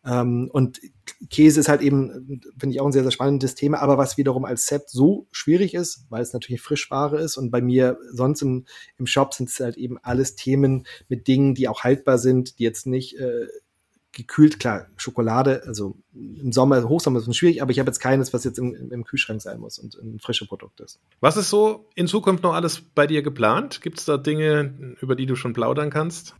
[SPEAKER 2] Und Käse ist halt eben, finde ich, auch ein sehr, sehr spannendes Thema, aber was wiederum als Set so schwierig ist, weil es natürlich Frischware ist und bei mir sonst im Shop sind es halt eben alles Themen mit Dingen, die auch haltbar sind, die jetzt nicht gekühlt, klar, Schokolade, also im Sommer, Hochsommer ist es schwierig, aber ich habe jetzt keines, was jetzt im Kühlschrank sein muss und ein frisches Produkt ist.
[SPEAKER 3] Was ist so in Zukunft noch alles bei dir geplant? Gibt es da Dinge, über die du schon plaudern kannst?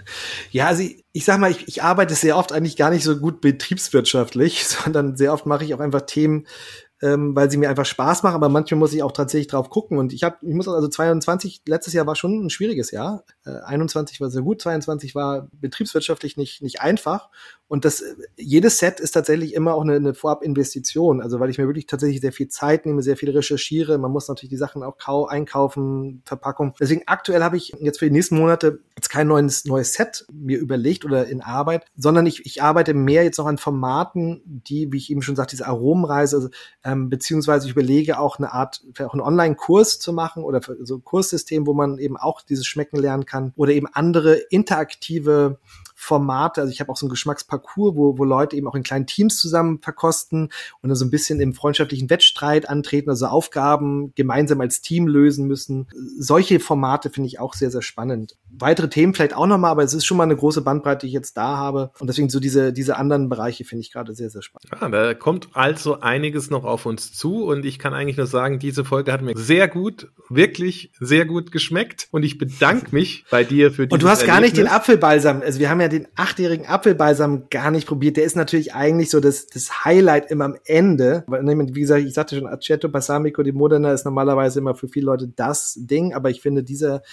[SPEAKER 2] Ja, also ich sag mal, ich arbeite sehr oft eigentlich gar nicht so gut betriebswirtschaftlich, sondern sehr oft mache ich auch einfach Themen, weil sie mir einfach Spaß machen, aber manchmal muss ich auch tatsächlich drauf gucken und ich muss also 22, letztes Jahr war schon ein schwieriges Jahr, 21 war sehr gut, 22 war betriebswirtschaftlich nicht einfach und jedes Set ist tatsächlich immer auch eine Vorabinvestition, also weil ich mir wirklich tatsächlich sehr viel Zeit nehme, sehr viel recherchiere, man muss natürlich die Sachen auch einkaufen, Verpackung, deswegen aktuell habe ich jetzt für die nächsten Monate jetzt kein neues Set mir überlegt oder in Arbeit, sondern ich arbeite mehr jetzt noch an Formaten, die, wie ich eben schon sagte, diese Aromenreise, also beziehungsweise ich überlege auch eine Art, auch einen Online-Kurs zu machen oder so ein Kurssystem, wo man eben auch dieses Schmecken lernen kann oder eben andere interaktive Formate. Also ich habe auch so einen Geschmacksparcours, wo Leute eben auch in kleinen Teams zusammen verkosten und dann so ein bisschen im freundschaftlichen Wettstreit antreten, also Aufgaben gemeinsam als Team lösen müssen. Solche Formate finde ich auch sehr, sehr spannend. Weitere Themen vielleicht auch nochmal, aber es ist schon mal eine große Bandbreite, die ich jetzt da habe. Und deswegen so diese anderen Bereiche finde ich gerade sehr, sehr spannend.
[SPEAKER 3] Ja, da kommt also einiges noch auf uns zu und ich kann eigentlich nur sagen, diese Folge hat mir sehr gut, wirklich sehr gut geschmeckt und ich bedanke mich bei dir für dieses
[SPEAKER 2] Und du hast gar
[SPEAKER 3] Erlebnis.
[SPEAKER 2] nicht den Apfelbalsam, also wir haben ja den 8-jährigen Apfelbalsam gar nicht probiert, der ist natürlich eigentlich so das Highlight immer am Ende, weil, wie gesagt, ich sagte schon, Aceto Balsamico di Modena ist normalerweise immer für viele Leute das Ding, aber ich finde, dieser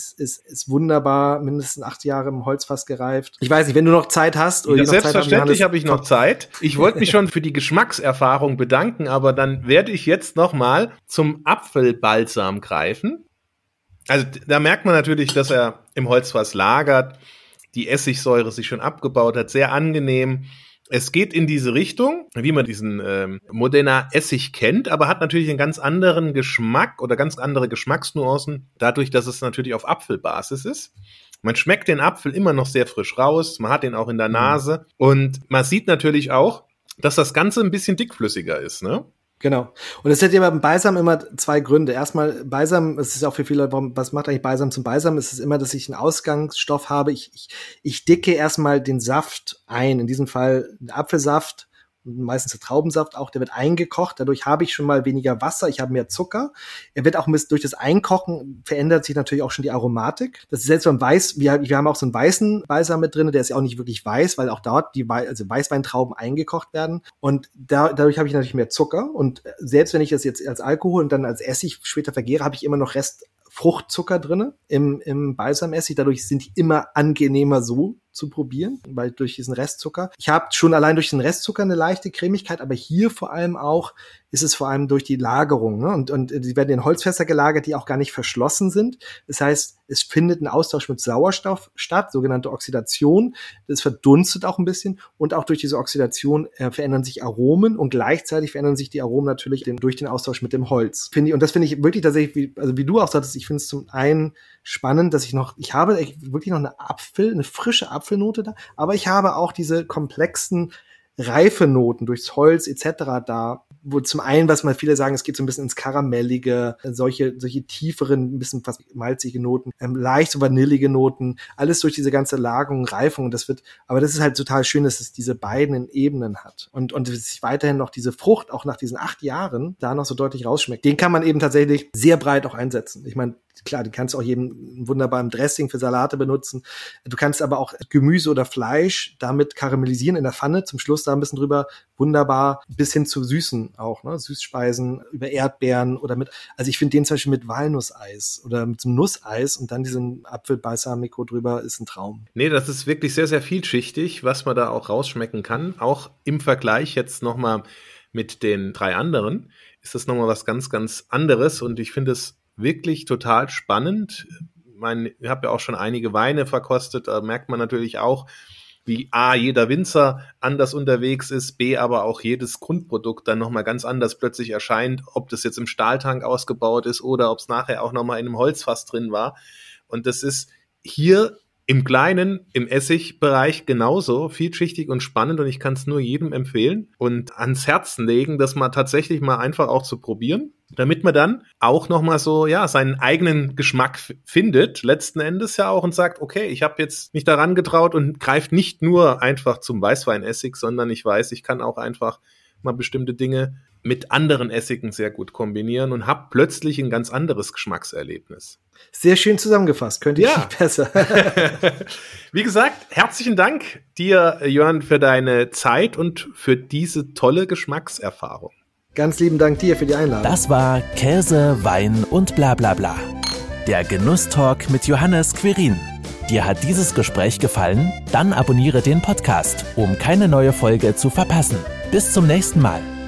[SPEAKER 2] ist wunderbar, mindestens 8 Jahre im Holzfass gereift. Ich weiß nicht, wenn du noch Zeit hast. Oder
[SPEAKER 3] ja, selbstverständlich habe ich noch Zeit. Ich wollte mich schon für die Geschmackserfahrung bedanken, aber dann werde ich jetzt noch mal zum Apfelbalsam greifen. Also da merkt man natürlich, dass er im Holzfass lagert, die Essigsäure sich schon abgebaut hat, sehr angenehm. Es geht in diese Richtung, wie man diesen Modena Essig kennt, aber hat natürlich einen ganz anderen Geschmack oder ganz andere Geschmacksnuancen, dadurch, dass es natürlich auf Apfelbasis ist. Man schmeckt den Apfel immer noch sehr frisch raus, man hat ihn auch in der Nase und man sieht natürlich auch, dass das Ganze ein bisschen dickflüssiger ist, ne?
[SPEAKER 2] Genau. Und es hat ja beim Balsam immer 2 Gründe. Erstmal, Balsam, es ist ja auch für viele Leute, was macht eigentlich Balsam zum Balsam? Es ist immer, dass ich einen Ausgangsstoff habe. Ich dicke erstmal den Saft ein. In diesem Fall Apfelsaft, meistens der Traubensaft auch, der wird eingekocht. Dadurch habe ich schon mal weniger Wasser, ich habe mehr Zucker. Er wird auch durch das Einkochen verändert sich natürlich auch schon die Aromatik. Das ist selbst beim wir haben auch so einen weißen Balsam mit drin, der ist ja auch nicht wirklich weiß, weil auch dort also Weißweintrauben eingekocht werden. Und dadurch habe ich natürlich mehr Zucker. Und selbst wenn ich das jetzt als Alkohol und dann als Essig später vergehre, habe ich immer noch Fruchtzucker drinne im Balsamessig. Dadurch sind die immer angenehmer so zu probieren, weil durch diesen Restzucker. Ich habe schon allein durch den Restzucker eine leichte Cremigkeit, aber hier vor allem auch ist es vor allem durch die Lagerung, ne? Und die werden in Holzfässer gelagert, die auch gar nicht verschlossen sind. Das heißt, es findet ein Austausch mit Sauerstoff statt, sogenannte Oxidation. Das verdunstet auch ein bisschen und auch durch diese Oxidation verändern sich Aromen und gleichzeitig verändern sich die Aromen natürlich durch den Austausch mit dem Holz. Und das finde ich wirklich tatsächlich, wie du auch sagtest, ich finde es zum einen spannend, dass ich habe wirklich noch eine frische Apfelnote da, aber ich habe auch diese komplexen Reifenoten durchs Holz etc. da wo zum einen, was mal viele sagen, es geht so ein bisschen ins Karamellige, solche tieferen, ein bisschen fast malzige Noten, leicht so vanillige Noten, alles durch diese ganze Lagerung, Reifung, aber das ist halt total schön, dass es diese beiden Ebenen hat und sich weiterhin noch diese Frucht, auch nach diesen 8 Jahren, da noch so deutlich rausschmeckt. Den kann man eben tatsächlich sehr breit auch einsetzen. Ich meine, klar, du kannst auch jeden wunderbaren Dressing für Salate benutzen. Du kannst aber auch Gemüse oder Fleisch damit karamellisieren in der Pfanne, zum Schluss da ein bisschen drüber, wunderbar, bis hin zu Süßen auch, ne? Süßspeisen über Erdbeeren oder also ich finde den zum Beispiel mit Walnusseis oder mit so einem Nusseis und dann diesen Apfel-Balsamico drüber ist ein Traum.
[SPEAKER 3] Nee, das ist wirklich sehr, sehr vielschichtig, was man da auch rausschmecken kann. Auch im Vergleich jetzt nochmal mit den 3 anderen ist das nochmal was ganz, ganz anderes und ich finde es wirklich total spannend. Ich habe ja auch schon einige Weine verkostet, da merkt man natürlich auch, wie A, jeder Winzer anders unterwegs ist, B, aber auch jedes Grundprodukt dann nochmal ganz anders plötzlich erscheint, ob das jetzt im Stahltank ausgebaut ist oder ob es nachher auch nochmal in einem Holzfass drin war. Und das ist hier im Kleinen, im Essigbereich genauso vielschichtig und spannend und ich kann es nur jedem empfehlen und ans Herzen legen, das mal tatsächlich mal einfach auch zu probieren, damit man dann auch nochmal so, ja, seinen eigenen Geschmack findet, letzten Endes ja auch und sagt, okay, ich habe jetzt mich daran getraut und greift nicht nur einfach zum Weißweinessig, sondern ich weiß, ich kann auch einfach mal bestimmte Dinge mit anderen Essigen sehr gut kombinieren und habe plötzlich ein ganz anderes Geschmackserlebnis.
[SPEAKER 2] Sehr schön zusammengefasst, könnte ich nicht besser.
[SPEAKER 3] Wie gesagt, herzlichen Dank dir, Jörn, für deine Zeit und für diese tolle Geschmackserfahrung.
[SPEAKER 2] Ganz lieben Dank dir für die Einladung.
[SPEAKER 1] Das war Käse, Wein und bla bla bla. Der Genusstalk mit Johannes Quirin. Dir hat dieses Gespräch gefallen? Dann abonniere den Podcast, um keine neue Folge zu verpassen. Bis zum nächsten Mal.